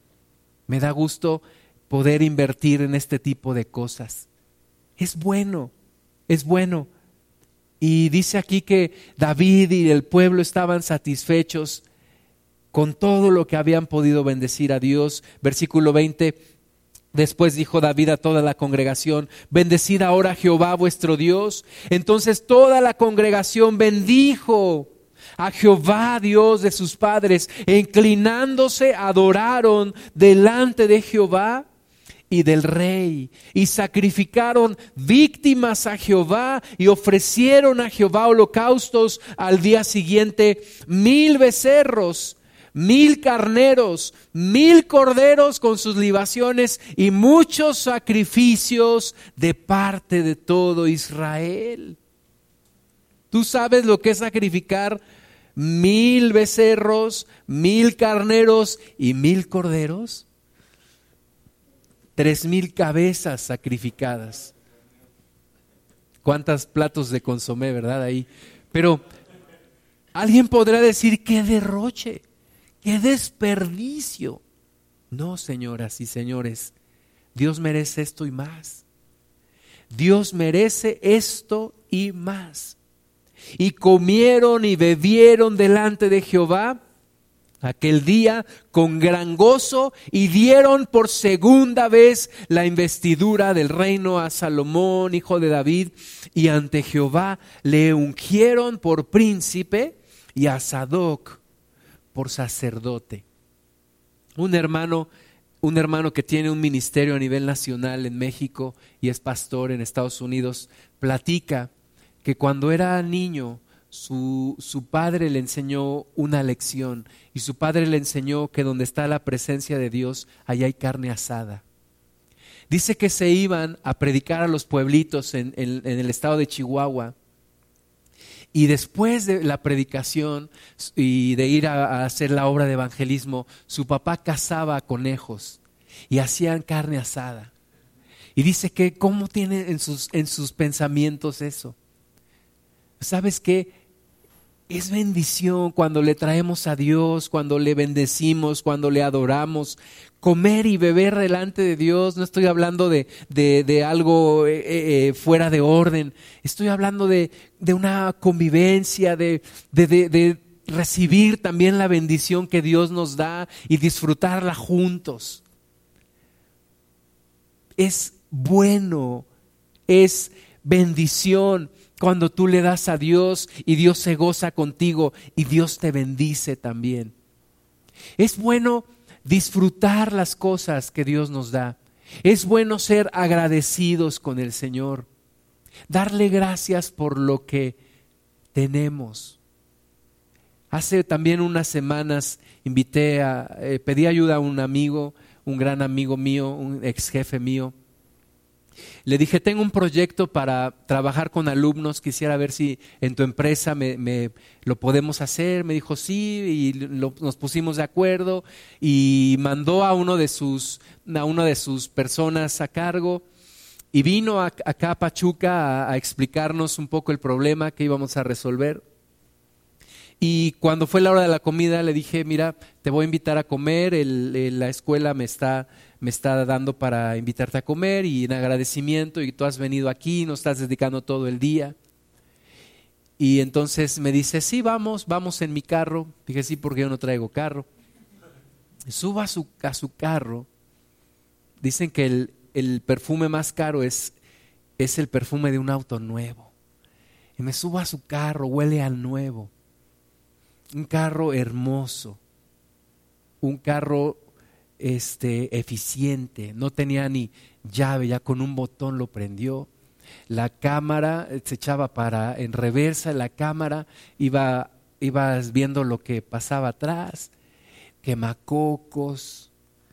poder invertir en este tipo de cosas. Es bueno. Y dice aquí que David y el pueblo estaban satisfechos con todo lo que habían podido bendecir a Dios. Versículo 20, después dijo David a toda la congregación, bendecid ahora a Jehová vuestro Dios. Entonces toda la congregación bendijo a Jehová, Dios de sus padres, e inclinándose adoraron delante de Jehová y del rey, y sacrificaron víctimas a Jehová y ofrecieron a Jehová holocaustos al día siguiente, 1000 becerros, 1000 carneros, 1000 corderos con sus libaciones y muchos sacrificios de parte de todo Israel. ¿Tú sabes lo que es sacrificar 1000 becerros, 1000 carneros y 1000 corderos? 3000 cabezas sacrificadas. ¿Cuántos platos de consomé, verdad? Ahí. Pero alguien podrá decir, qué derroche, qué desperdicio. No, señoras y señores, Dios merece esto y más. Dios merece esto y más. Y comieron y bebieron delante de Jehová aquel día con gran gozo y dieron por segunda vez la investidura del reino a Salomón, hijo de David, y ante Jehová le ungieron por príncipe y a Sadoc por sacerdote. Un hermano que tiene un ministerio a nivel nacional en México y es pastor en Estados Unidos, platica que cuando era niño su padre le enseñó una lección y su padre le enseñó que donde está la presencia de Dios, allá hay carne asada. Dice que se iban a predicar a los pueblitos en el estado de Chihuahua y después de la predicación y de ir a hacer la obra de evangelismo, su papá cazaba conejos y hacían carne asada. Y dice que cómo tiene en sus pensamientos eso. ¿Sabes qué? Es bendición cuando le traemos a Dios, cuando le bendecimos, cuando le adoramos. Comer y beber delante de Dios, no estoy hablando de algo fuera de orden. Estoy hablando de una convivencia, de recibir también la bendición que Dios nos da y disfrutarla juntos. Es bueno, es bendición cuando tú le das a Dios y Dios se goza contigo y Dios te bendice también. Es bueno disfrutar las cosas que Dios nos da. Es bueno ser agradecidos con el Señor, darle gracias por lo que tenemos. Hace también unas semanas pedí ayuda a un amigo, un gran amigo mío, un ex jefe mío. Le dije, tengo un proyecto para trabajar con alumnos, quisiera ver si en tu empresa lo podemos hacer. Me dijo sí, y nos pusimos de acuerdo y mandó a una de sus personas a cargo y vino acá a Pachuca a explicarnos un poco el problema que íbamos a resolver. Y cuando fue la hora de la comida le dije, mira, te voy a invitar a comer, la escuela me está dando para invitarte a comer y en agradecimiento, y tú has venido aquí, nos estás dedicando todo el día. Y entonces me dice, sí, vamos en mi carro. Dije, sí, porque yo no traigo carro. Subo a su carro. Dicen que el perfume más caro es el perfume de un auto nuevo. Y me subo a su carro, huele al nuevo. Un carro hermoso, un carro eficiente, no tenía ni llave, ya con un botón lo prendió. La cámara se echaba en reversa, la cámara ibas viendo lo que pasaba atrás, quemacocos,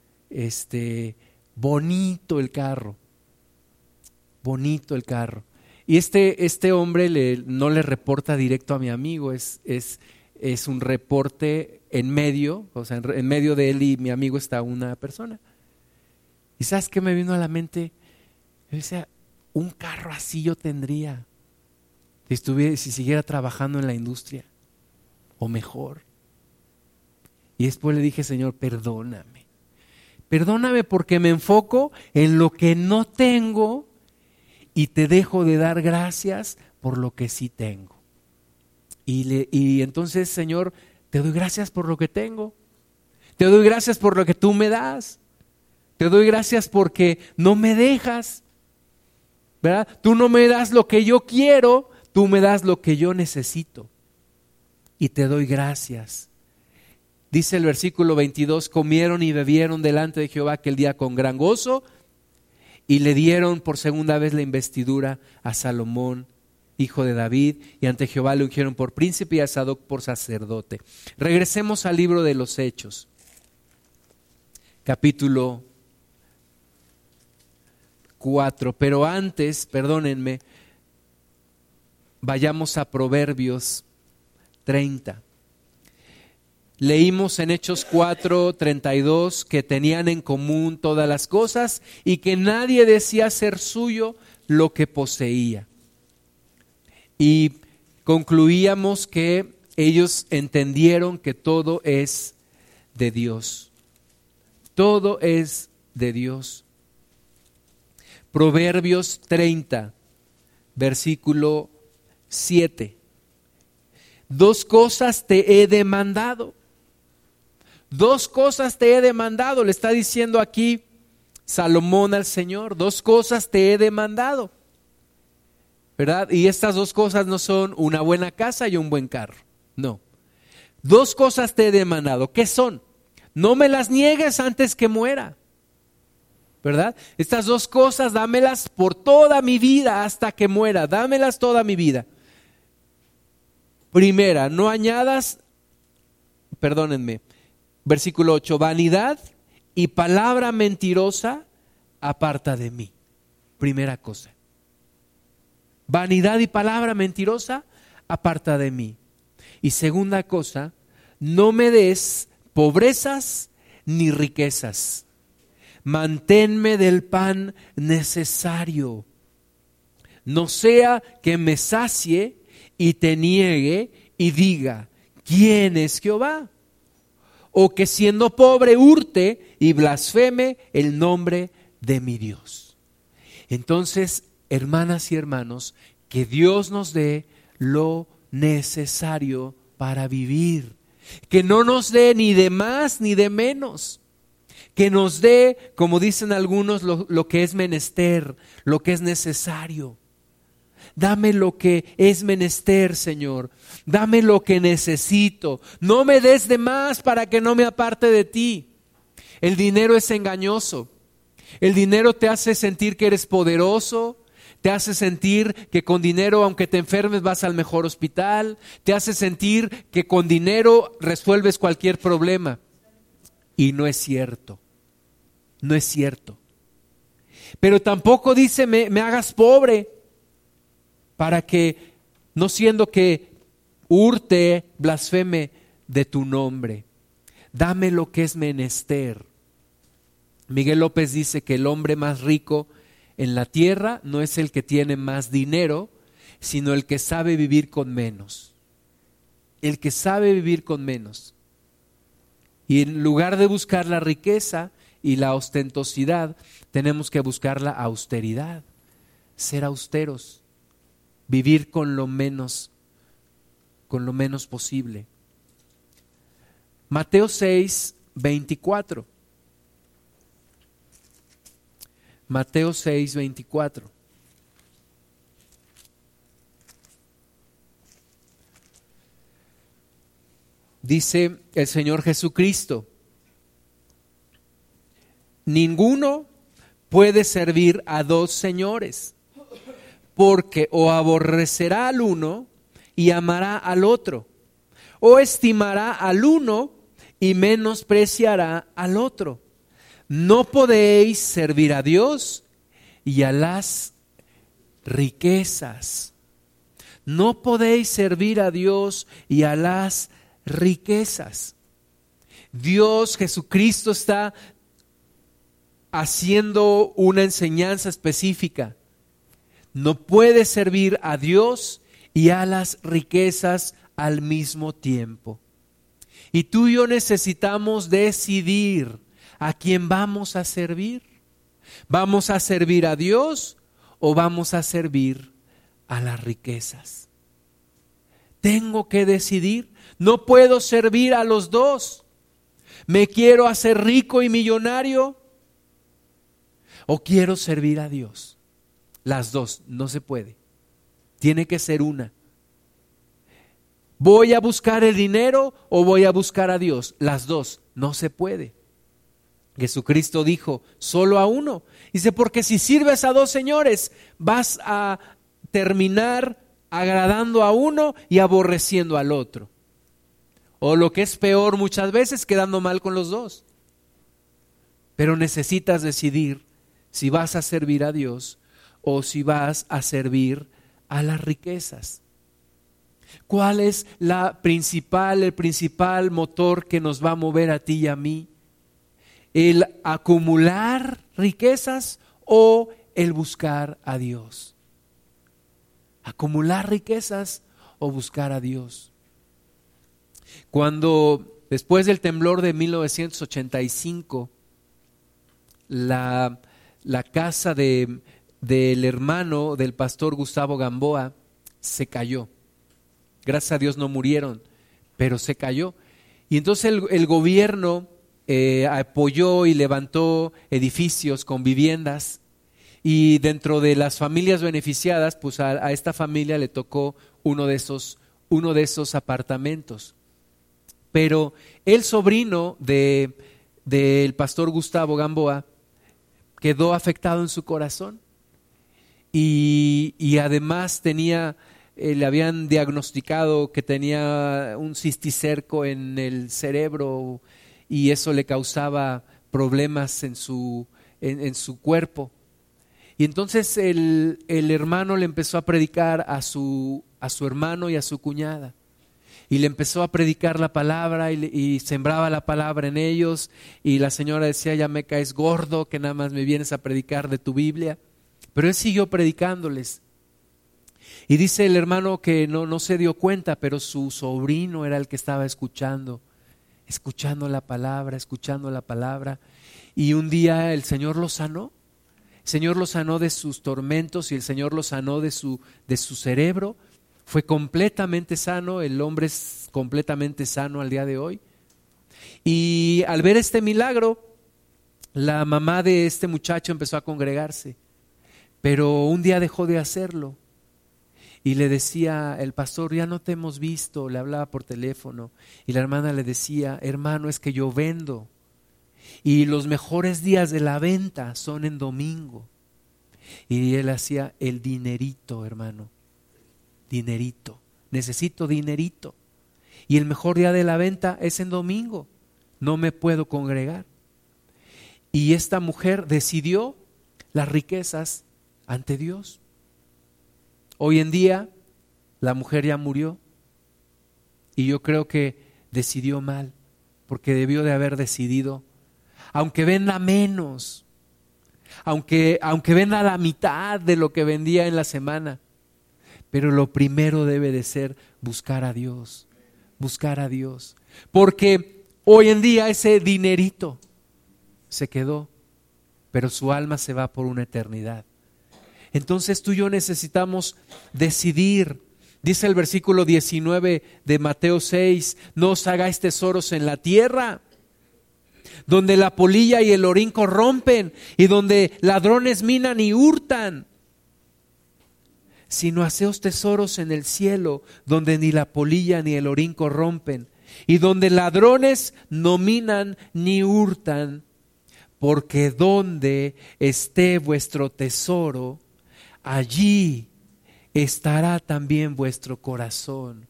bonito el carro. Y este hombre no le reporta directo a mi amigo, es un reporte en medio, o sea, en medio de él y mi amigo está una persona. ¿Y sabes qué me vino a la mente? Yo decía, un carro así yo tendría si siguiera trabajando en la industria, o mejor. Y después le dije, Señor, perdóname porque me enfoco en lo que no tengo y te dejo de dar gracias por lo que sí tengo. Y entonces, Señor, te doy gracias por lo que tengo. Te doy gracias por lo que tú me das. Te doy gracias porque no me dejas, ¿verdad? Tú no me das lo que yo quiero, tú me das lo que yo necesito. Y te doy gracias. Dice el versículo 22, comieron y bebieron delante de Jehová aquel día con gran gozo y le dieron por segunda vez la investidura a Salomón, hijo de David, y ante Jehová le ungieron por príncipe y a Sadoc por sacerdote. Regresemos al libro de los Hechos, capítulo 4, pero antes, perdónenme, vayamos a Proverbios 30. Leímos en Hechos 4:32 que tenían en común todas las cosas y que nadie decía ser suyo lo que poseía. Y concluíamos que ellos entendieron que todo es de Dios. Todo es de Dios. Proverbios 30, versículo 7. 2 cosas te he demandado. 2 cosas te he demandado. Le está diciendo aquí Salomón al Señor. 2 cosas te he demandado. ¿Verdad? Y estas 2 cosas no son una buena casa y un buen carro. No. 2 cosas te he demandado. ¿Qué son? No me las niegues antes que muera. ¿Verdad? Estas 2 cosas dámelas por toda mi vida hasta que muera. Dámelas toda mi vida. Primera, no añadas, versículo 8, vanidad y palabra mentirosa aparta de mí. Primera cosa. Vanidad y palabra mentirosa aparta de mí. Y segunda cosa, no me des pobrezas ni riquezas. Manténme del pan necesario. No sea que me sacie y te niegue y diga, ¿quién es Jehová? O que siendo pobre hurte y blasfeme el nombre de mi Dios. Entonces, hermanas y hermanos, que Dios nos dé lo necesario para vivir. Que no nos dé ni de más ni de menos. Que nos dé, como dicen algunos, lo que es menester, lo que es necesario. Dame lo que es menester, Señor. Dame lo que necesito. No me des de más para que no me aparte de ti. El dinero es engañoso. El dinero te hace sentir que eres poderoso, te hace sentir que con dinero, aunque te enfermes, vas al mejor hospital, te hace sentir que con dinero resuelves cualquier problema. Y no es cierto, no es cierto. Pero tampoco dice me hagas pobre, para que, no siendo que hurte, blasfeme de tu nombre. Dame lo que es menester. Miguel López dice que el hombre más rico en la tierra no es el que tiene más dinero, sino el que sabe vivir con menos. El que sabe vivir con menos. Y en lugar de buscar la riqueza y la ostentosidad, tenemos que buscar la austeridad, ser austeros, vivir con lo menos posible. Mateo 6, 24. Mateo 6, 24. Dice el Señor Jesucristo: ninguno puede servir a dos señores, porque o aborrecerá al uno y amará al otro, o estimará al uno y menospreciará al otro. No podéis servir a Dios y a las riquezas. No podéis servir a Dios y a las riquezas. Dios, Jesucristo, está haciendo una enseñanza específica. No puedes servir a Dios y a las riquezas al mismo tiempo. Y tú y yo necesitamos decidir a quién vamos a servir. ¿Vamos a servir a Dios o vamos a servir a las riquezas? Tengo que decidir. No puedo servir a los dos. ¿Me quiero hacer rico y millonario o quiero servir a Dios? Las dos, no se puede. Tiene que ser una. ¿Voy a buscar el dinero o voy a buscar a Dios? Las dos, no se puede. Jesucristo dijo, solo a uno. Dice, porque si sirves a dos señores, vas a terminar agradando a uno y aborreciendo al otro. O lo que es peor muchas veces, quedando mal con los dos. Pero necesitas decidir si vas a servir a Dios o si vas a servir a las riquezas. ¿Cuál es el principal motor que nos va a mover a ti y a mí? ¿El acumular riquezas o el buscar a Dios? ¿Acumular riquezas o buscar a Dios? Cuando después del temblor de 1985, la casa del hermano del pastor Gustavo Gamboa se cayó. Gracias a Dios no murieron, pero se cayó. Y entonces el gobierno apoyó y levantó edificios con viviendas, y dentro de las familias beneficiadas, pues a esta familia le tocó uno de esos apartamentos. Pero el sobrino del pastor Gustavo Gamboa quedó afectado en su corazón y además le habían diagnosticado que tenía un cisticerco en el cerebro y eso le causaba problemas en su cuerpo. Y entonces el hermano le empezó a predicar a su hermano y a su cuñada. Y le empezó a predicar la palabra y sembraba la palabra en ellos. Y la señora decía, ya me caes gordo, que nada más me vienes a predicar de tu Biblia. Pero él siguió predicándoles. Y dice el hermano que no se dio cuenta, pero su sobrino era el que estaba escuchando la palabra. Y un día el Señor lo sanó. El Señor lo sanó de sus tormentos y el Señor lo sanó de su cerebro. Fue completamente sano, el hombre es completamente sano al día de hoy. Y al ver este milagro, la mamá de este muchacho empezó a congregarse, pero un día dejó de hacerlo. Y le decía el pastor, ya no te hemos visto, le hablaba por teléfono. Y la hermana le decía, hermano, es que yo vendo. Y los mejores días de la venta son en domingo. Y él hacía el dinerito, hermano. Dinerito. Necesito dinerito. Y el mejor día de la venta es en domingo. No me puedo congregar. Y esta mujer decidió las riquezas ante Dios. Hoy en día la mujer ya murió. Y yo creo que decidió mal, porque debió de haber decidido, aunque venda menos, aunque venda la mitad de lo que vendía en la semana, pero lo primero debe de ser buscar a Dios, porque hoy en día ese dinerito se quedó, pero su alma se va por una eternidad. Entonces tú y yo necesitamos decidir. Dice el versículo 19 de Mateo 6, no os hagáis tesoros en la tierra, donde la polilla y el orín corrompen, y donde ladrones minan y hurtan, sino haceos tesoros en el cielo, donde ni la polilla ni el orín corrompen, y donde ladrones no minan ni hurtan, porque donde esté vuestro tesoro, allí estará también vuestro corazón.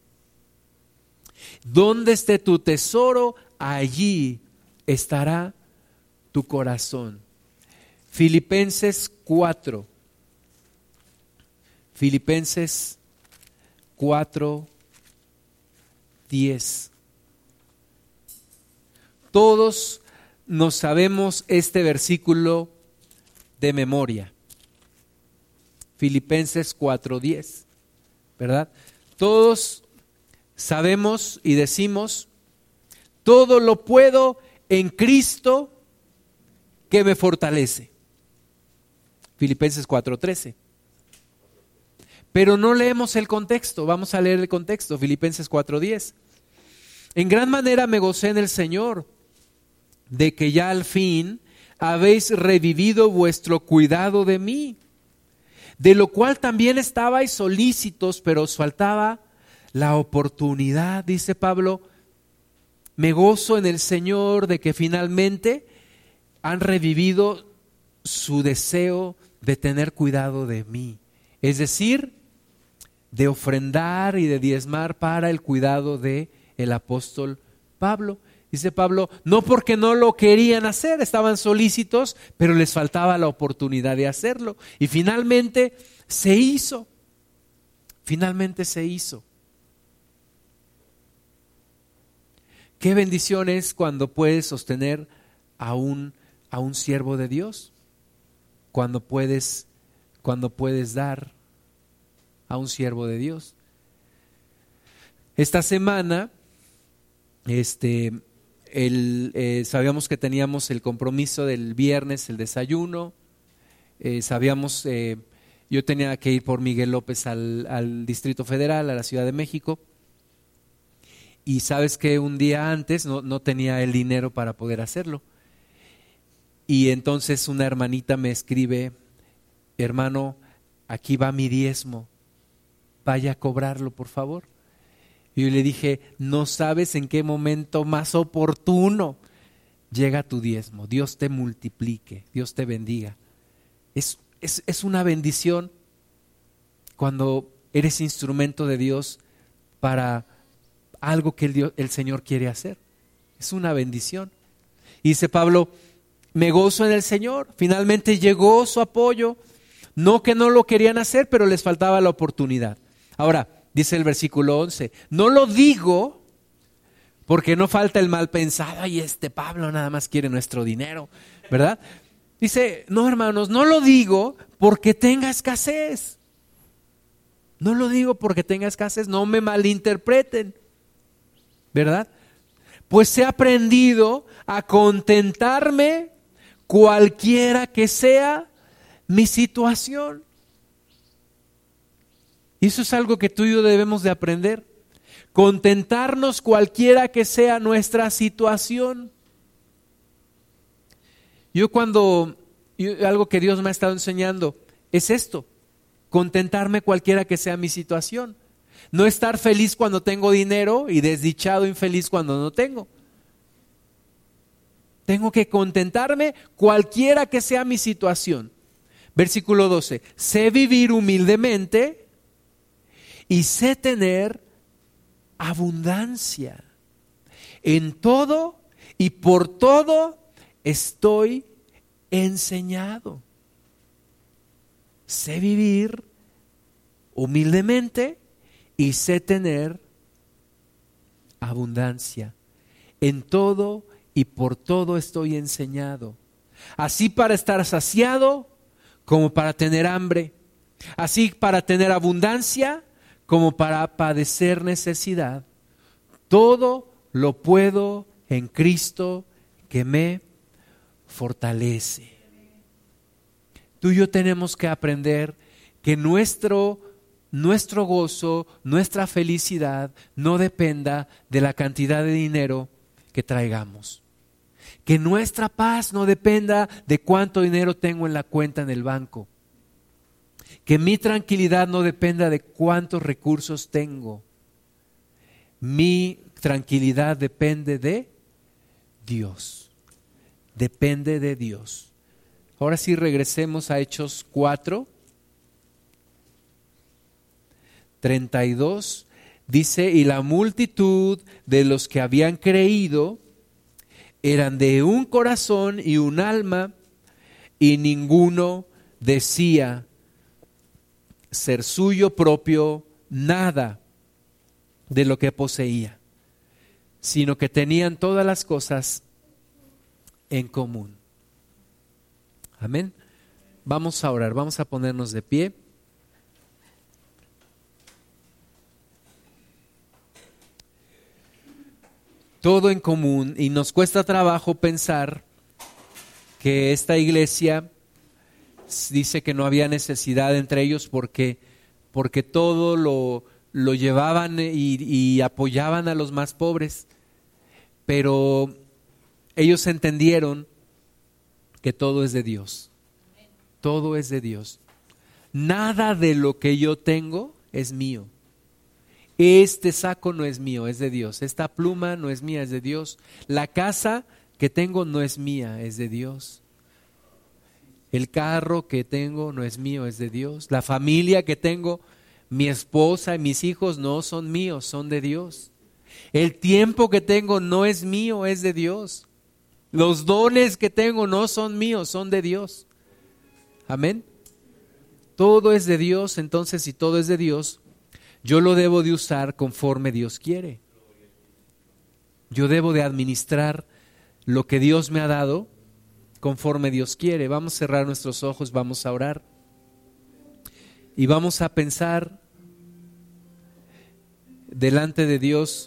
Donde esté tu tesoro, allí estará tu corazón. Filipenses 4. Filipenses 4:10. Todos nos sabemos este versículo de memoria. Filipenses 4:10, ¿verdad? Todos sabemos y decimos, todo lo puedo en Cristo que me fortalece. Filipenses 4:13. Pero no leemos el contexto, vamos a leer el contexto, Filipenses 4:10. En gran manera me gocé en el Señor, de que ya al fin habéis revivido vuestro cuidado de mí, de lo cual también estabais solícitos, pero os faltaba la oportunidad. Dice Pablo, me gozo en el Señor de que finalmente han revivido su deseo de tener cuidado de mí. Es decir, de ofrendar y de diezmar para el cuidado de el apóstol Pablo. Dice Pablo, no porque no lo querían hacer, estaban solícitos, pero les faltaba la oportunidad de hacerlo. Y finalmente se hizo. Finalmente se hizo. Qué bendición es cuando puedes sostener a un siervo de Dios, cuando puedes dar a un siervo de Dios. Esta semana, sabíamos que teníamos el compromiso del viernes, el desayuno. Yo tenía que ir por Miguel López al Distrito Federal, a la Ciudad de México. Y sabes que un día antes no tenía el dinero para poder hacerlo. Y entonces una hermanita me escribe, hermano, aquí va mi diezmo, vaya a cobrarlo por favor. Y yo le dije, no sabes en qué momento más oportuno llega tu diezmo. Dios te multiplique, Dios te bendiga. Es una bendición cuando eres instrumento de Dios para algo que el Señor quiere hacer. Es una bendición. Y dice Pablo, me gozo en el Señor. Finalmente llegó su apoyo. No que no lo querían hacer, pero les faltaba la oportunidad. Ahora, dice el versículo 11, no lo digo porque no falta el mal pensado, ay, Pablo nada más quiere nuestro dinero, ¿verdad? Dice, no hermanos, no lo digo porque tenga escasez. No lo digo porque tenga escasez, no me malinterpreten, ¿verdad? Pues he aprendido a contentarme cualquiera que sea mi situación. Y eso es algo que tú y yo debemos de aprender. Contentarnos cualquiera que sea nuestra situación. Algo que Dios me ha estado enseñando es esto. Contentarme cualquiera que sea mi situación. No estar feliz cuando tengo dinero y desdichado, infeliz cuando no tengo. Tengo que contentarme cualquiera que sea mi situación. Versículo 12. Sé vivir humildemente y sé tener abundancia. En todo y por todo estoy enseñado. Sé vivir humildemente y sé tener abundancia. En todo y por todo estoy enseñado. Así para estar saciado como para tener hambre. Así para tener abundancia como para padecer necesidad. Todo lo puedo en Cristo que me fortalece. Tú y yo tenemos que aprender que nuestro gozo, nuestra felicidad no dependa de la cantidad de dinero que traigamos. Que nuestra paz no dependa de cuánto dinero tengo en la cuenta en el banco. Que mi tranquilidad no dependa de cuántos recursos tengo. Mi tranquilidad depende de Dios. Depende de Dios. Ahora sí regresemos a Hechos 4, 32. Dice, y la multitud de los que habían creído eran de un corazón y un alma, y ninguno decía ser suyo propio nada de lo que poseía, sino que tenían todas las cosas en común. Amén. Vamos a orar, vamos a ponernos de pie. Todo en común, y nos cuesta trabajo pensar que esta iglesia dice que no había necesidad entre ellos porque todo lo llevaban y apoyaban a los más pobres, pero ellos entendieron que todo es de Dios. Todo es de Dios. Nada de lo que yo tengo es mío. Este saco no es mío, es de Dios. Esta pluma no es mía, es de Dios. La casa que tengo no es mía, es de Dios. El carro que tengo no es mío, es de Dios. La familia que tengo, mi esposa y mis hijos no son míos, son de Dios. El tiempo que tengo no es mío, es de Dios. Los dones que tengo no son míos, son de Dios. Amén. Todo es de Dios, entonces si todo es de Dios, yo lo debo de usar conforme Dios quiere. Yo debo de administrar lo que Dios me ha dado conforme Dios quiere. Vamos a cerrar nuestros ojos, vamos a orar y vamos a pensar delante de Dios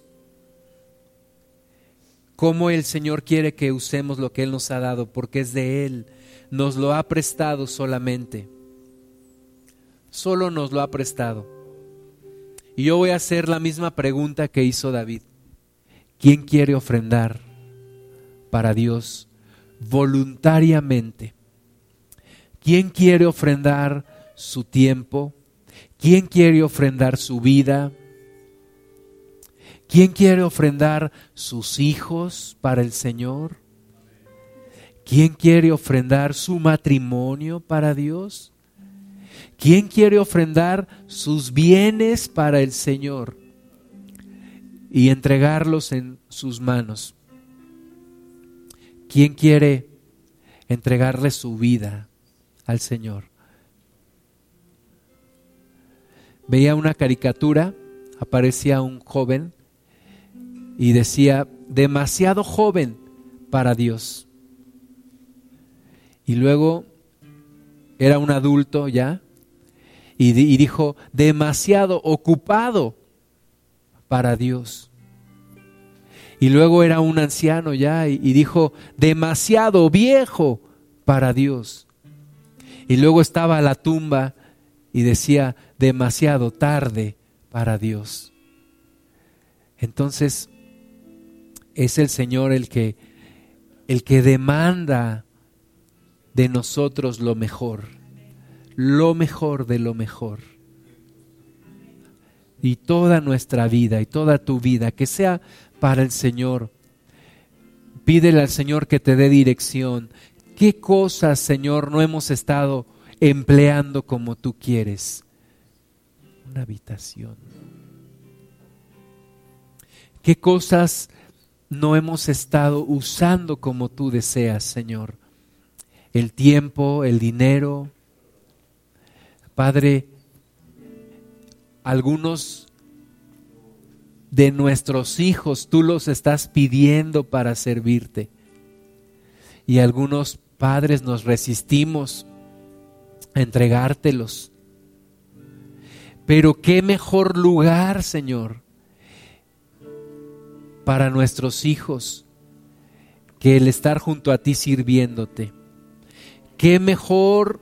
cómo el Señor quiere que usemos lo que Él nos ha dado, porque es de Él, nos lo ha prestado solamente, solo nos lo ha prestado. Y yo voy a hacer la misma pregunta que hizo David. ¿Quién quiere ofrendar para Dios voluntariamente? ¿Quién quiere ofrendar su tiempo? ¿Quién quiere ofrendar su vida? ¿Quién quiere ofrendar sus hijos para el Señor? ¿Quién quiere ofrendar su matrimonio para Dios? ¿Quién quiere ofrendar sus bienes para el Señor y entregarlos en sus manos? ¿Quién quiere entregarle su vida al Señor? Veía una caricatura, aparecía un joven y decía, demasiado joven para Dios. Y luego era un adulto ya y dijo, demasiado ocupado para Dios. Y luego era un anciano ya y dijo, demasiado viejo para Dios. Y luego estaba la tumba y decía, demasiado tarde para Dios. Entonces es el Señor el que demanda de nosotros lo mejor de lo mejor. Y toda nuestra vida y toda tu vida, que sea para el Señor. Pídele al Señor que te dé dirección. ¿Qué cosas, Señor, no hemos estado empleando como tú quieres? Una habitación. ¿Qué cosas no hemos estado usando como tú deseas, Señor? El tiempo, el dinero. Padre, algunos de nuestros hijos tú los estás pidiendo para servirte. Y algunos padres nos resistimos a entregártelos. Pero qué mejor lugar, Señor, para nuestros hijos que el estar junto a ti sirviéndote. Qué mejor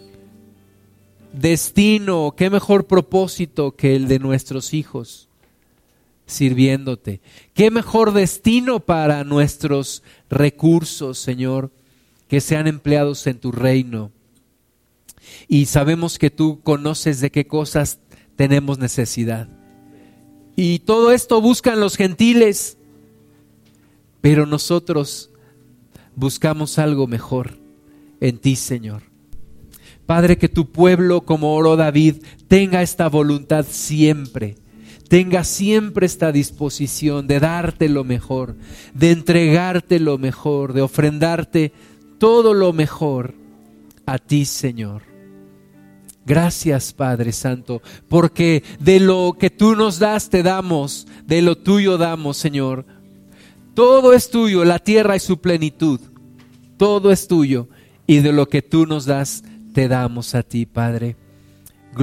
destino, qué mejor propósito que el de nuestros hijos sirviéndote. Qué mejor destino para nuestros recursos, Señor, que sean empleados en tu reino. Y sabemos que tú conoces de qué cosas tenemos necesidad. Y todo esto buscan los gentiles, pero nosotros buscamos algo mejor en ti, Señor. Padre, que tu pueblo, como oró David, tenga esta voluntad siempre, tenga siempre esta disposición de darte lo mejor, de entregarte lo mejor, de ofrendarte todo lo mejor a ti, Señor. Gracias, Padre Santo, porque de lo que tú nos das te damos, de lo tuyo damos, Señor. Todo es tuyo, la tierra y su plenitud, todo es tuyo, y de lo que tú nos das te damos a ti, Padre.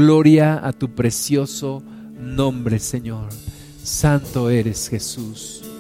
Gloria a tu precioso nombre, Señor. Santo eres, Jesús.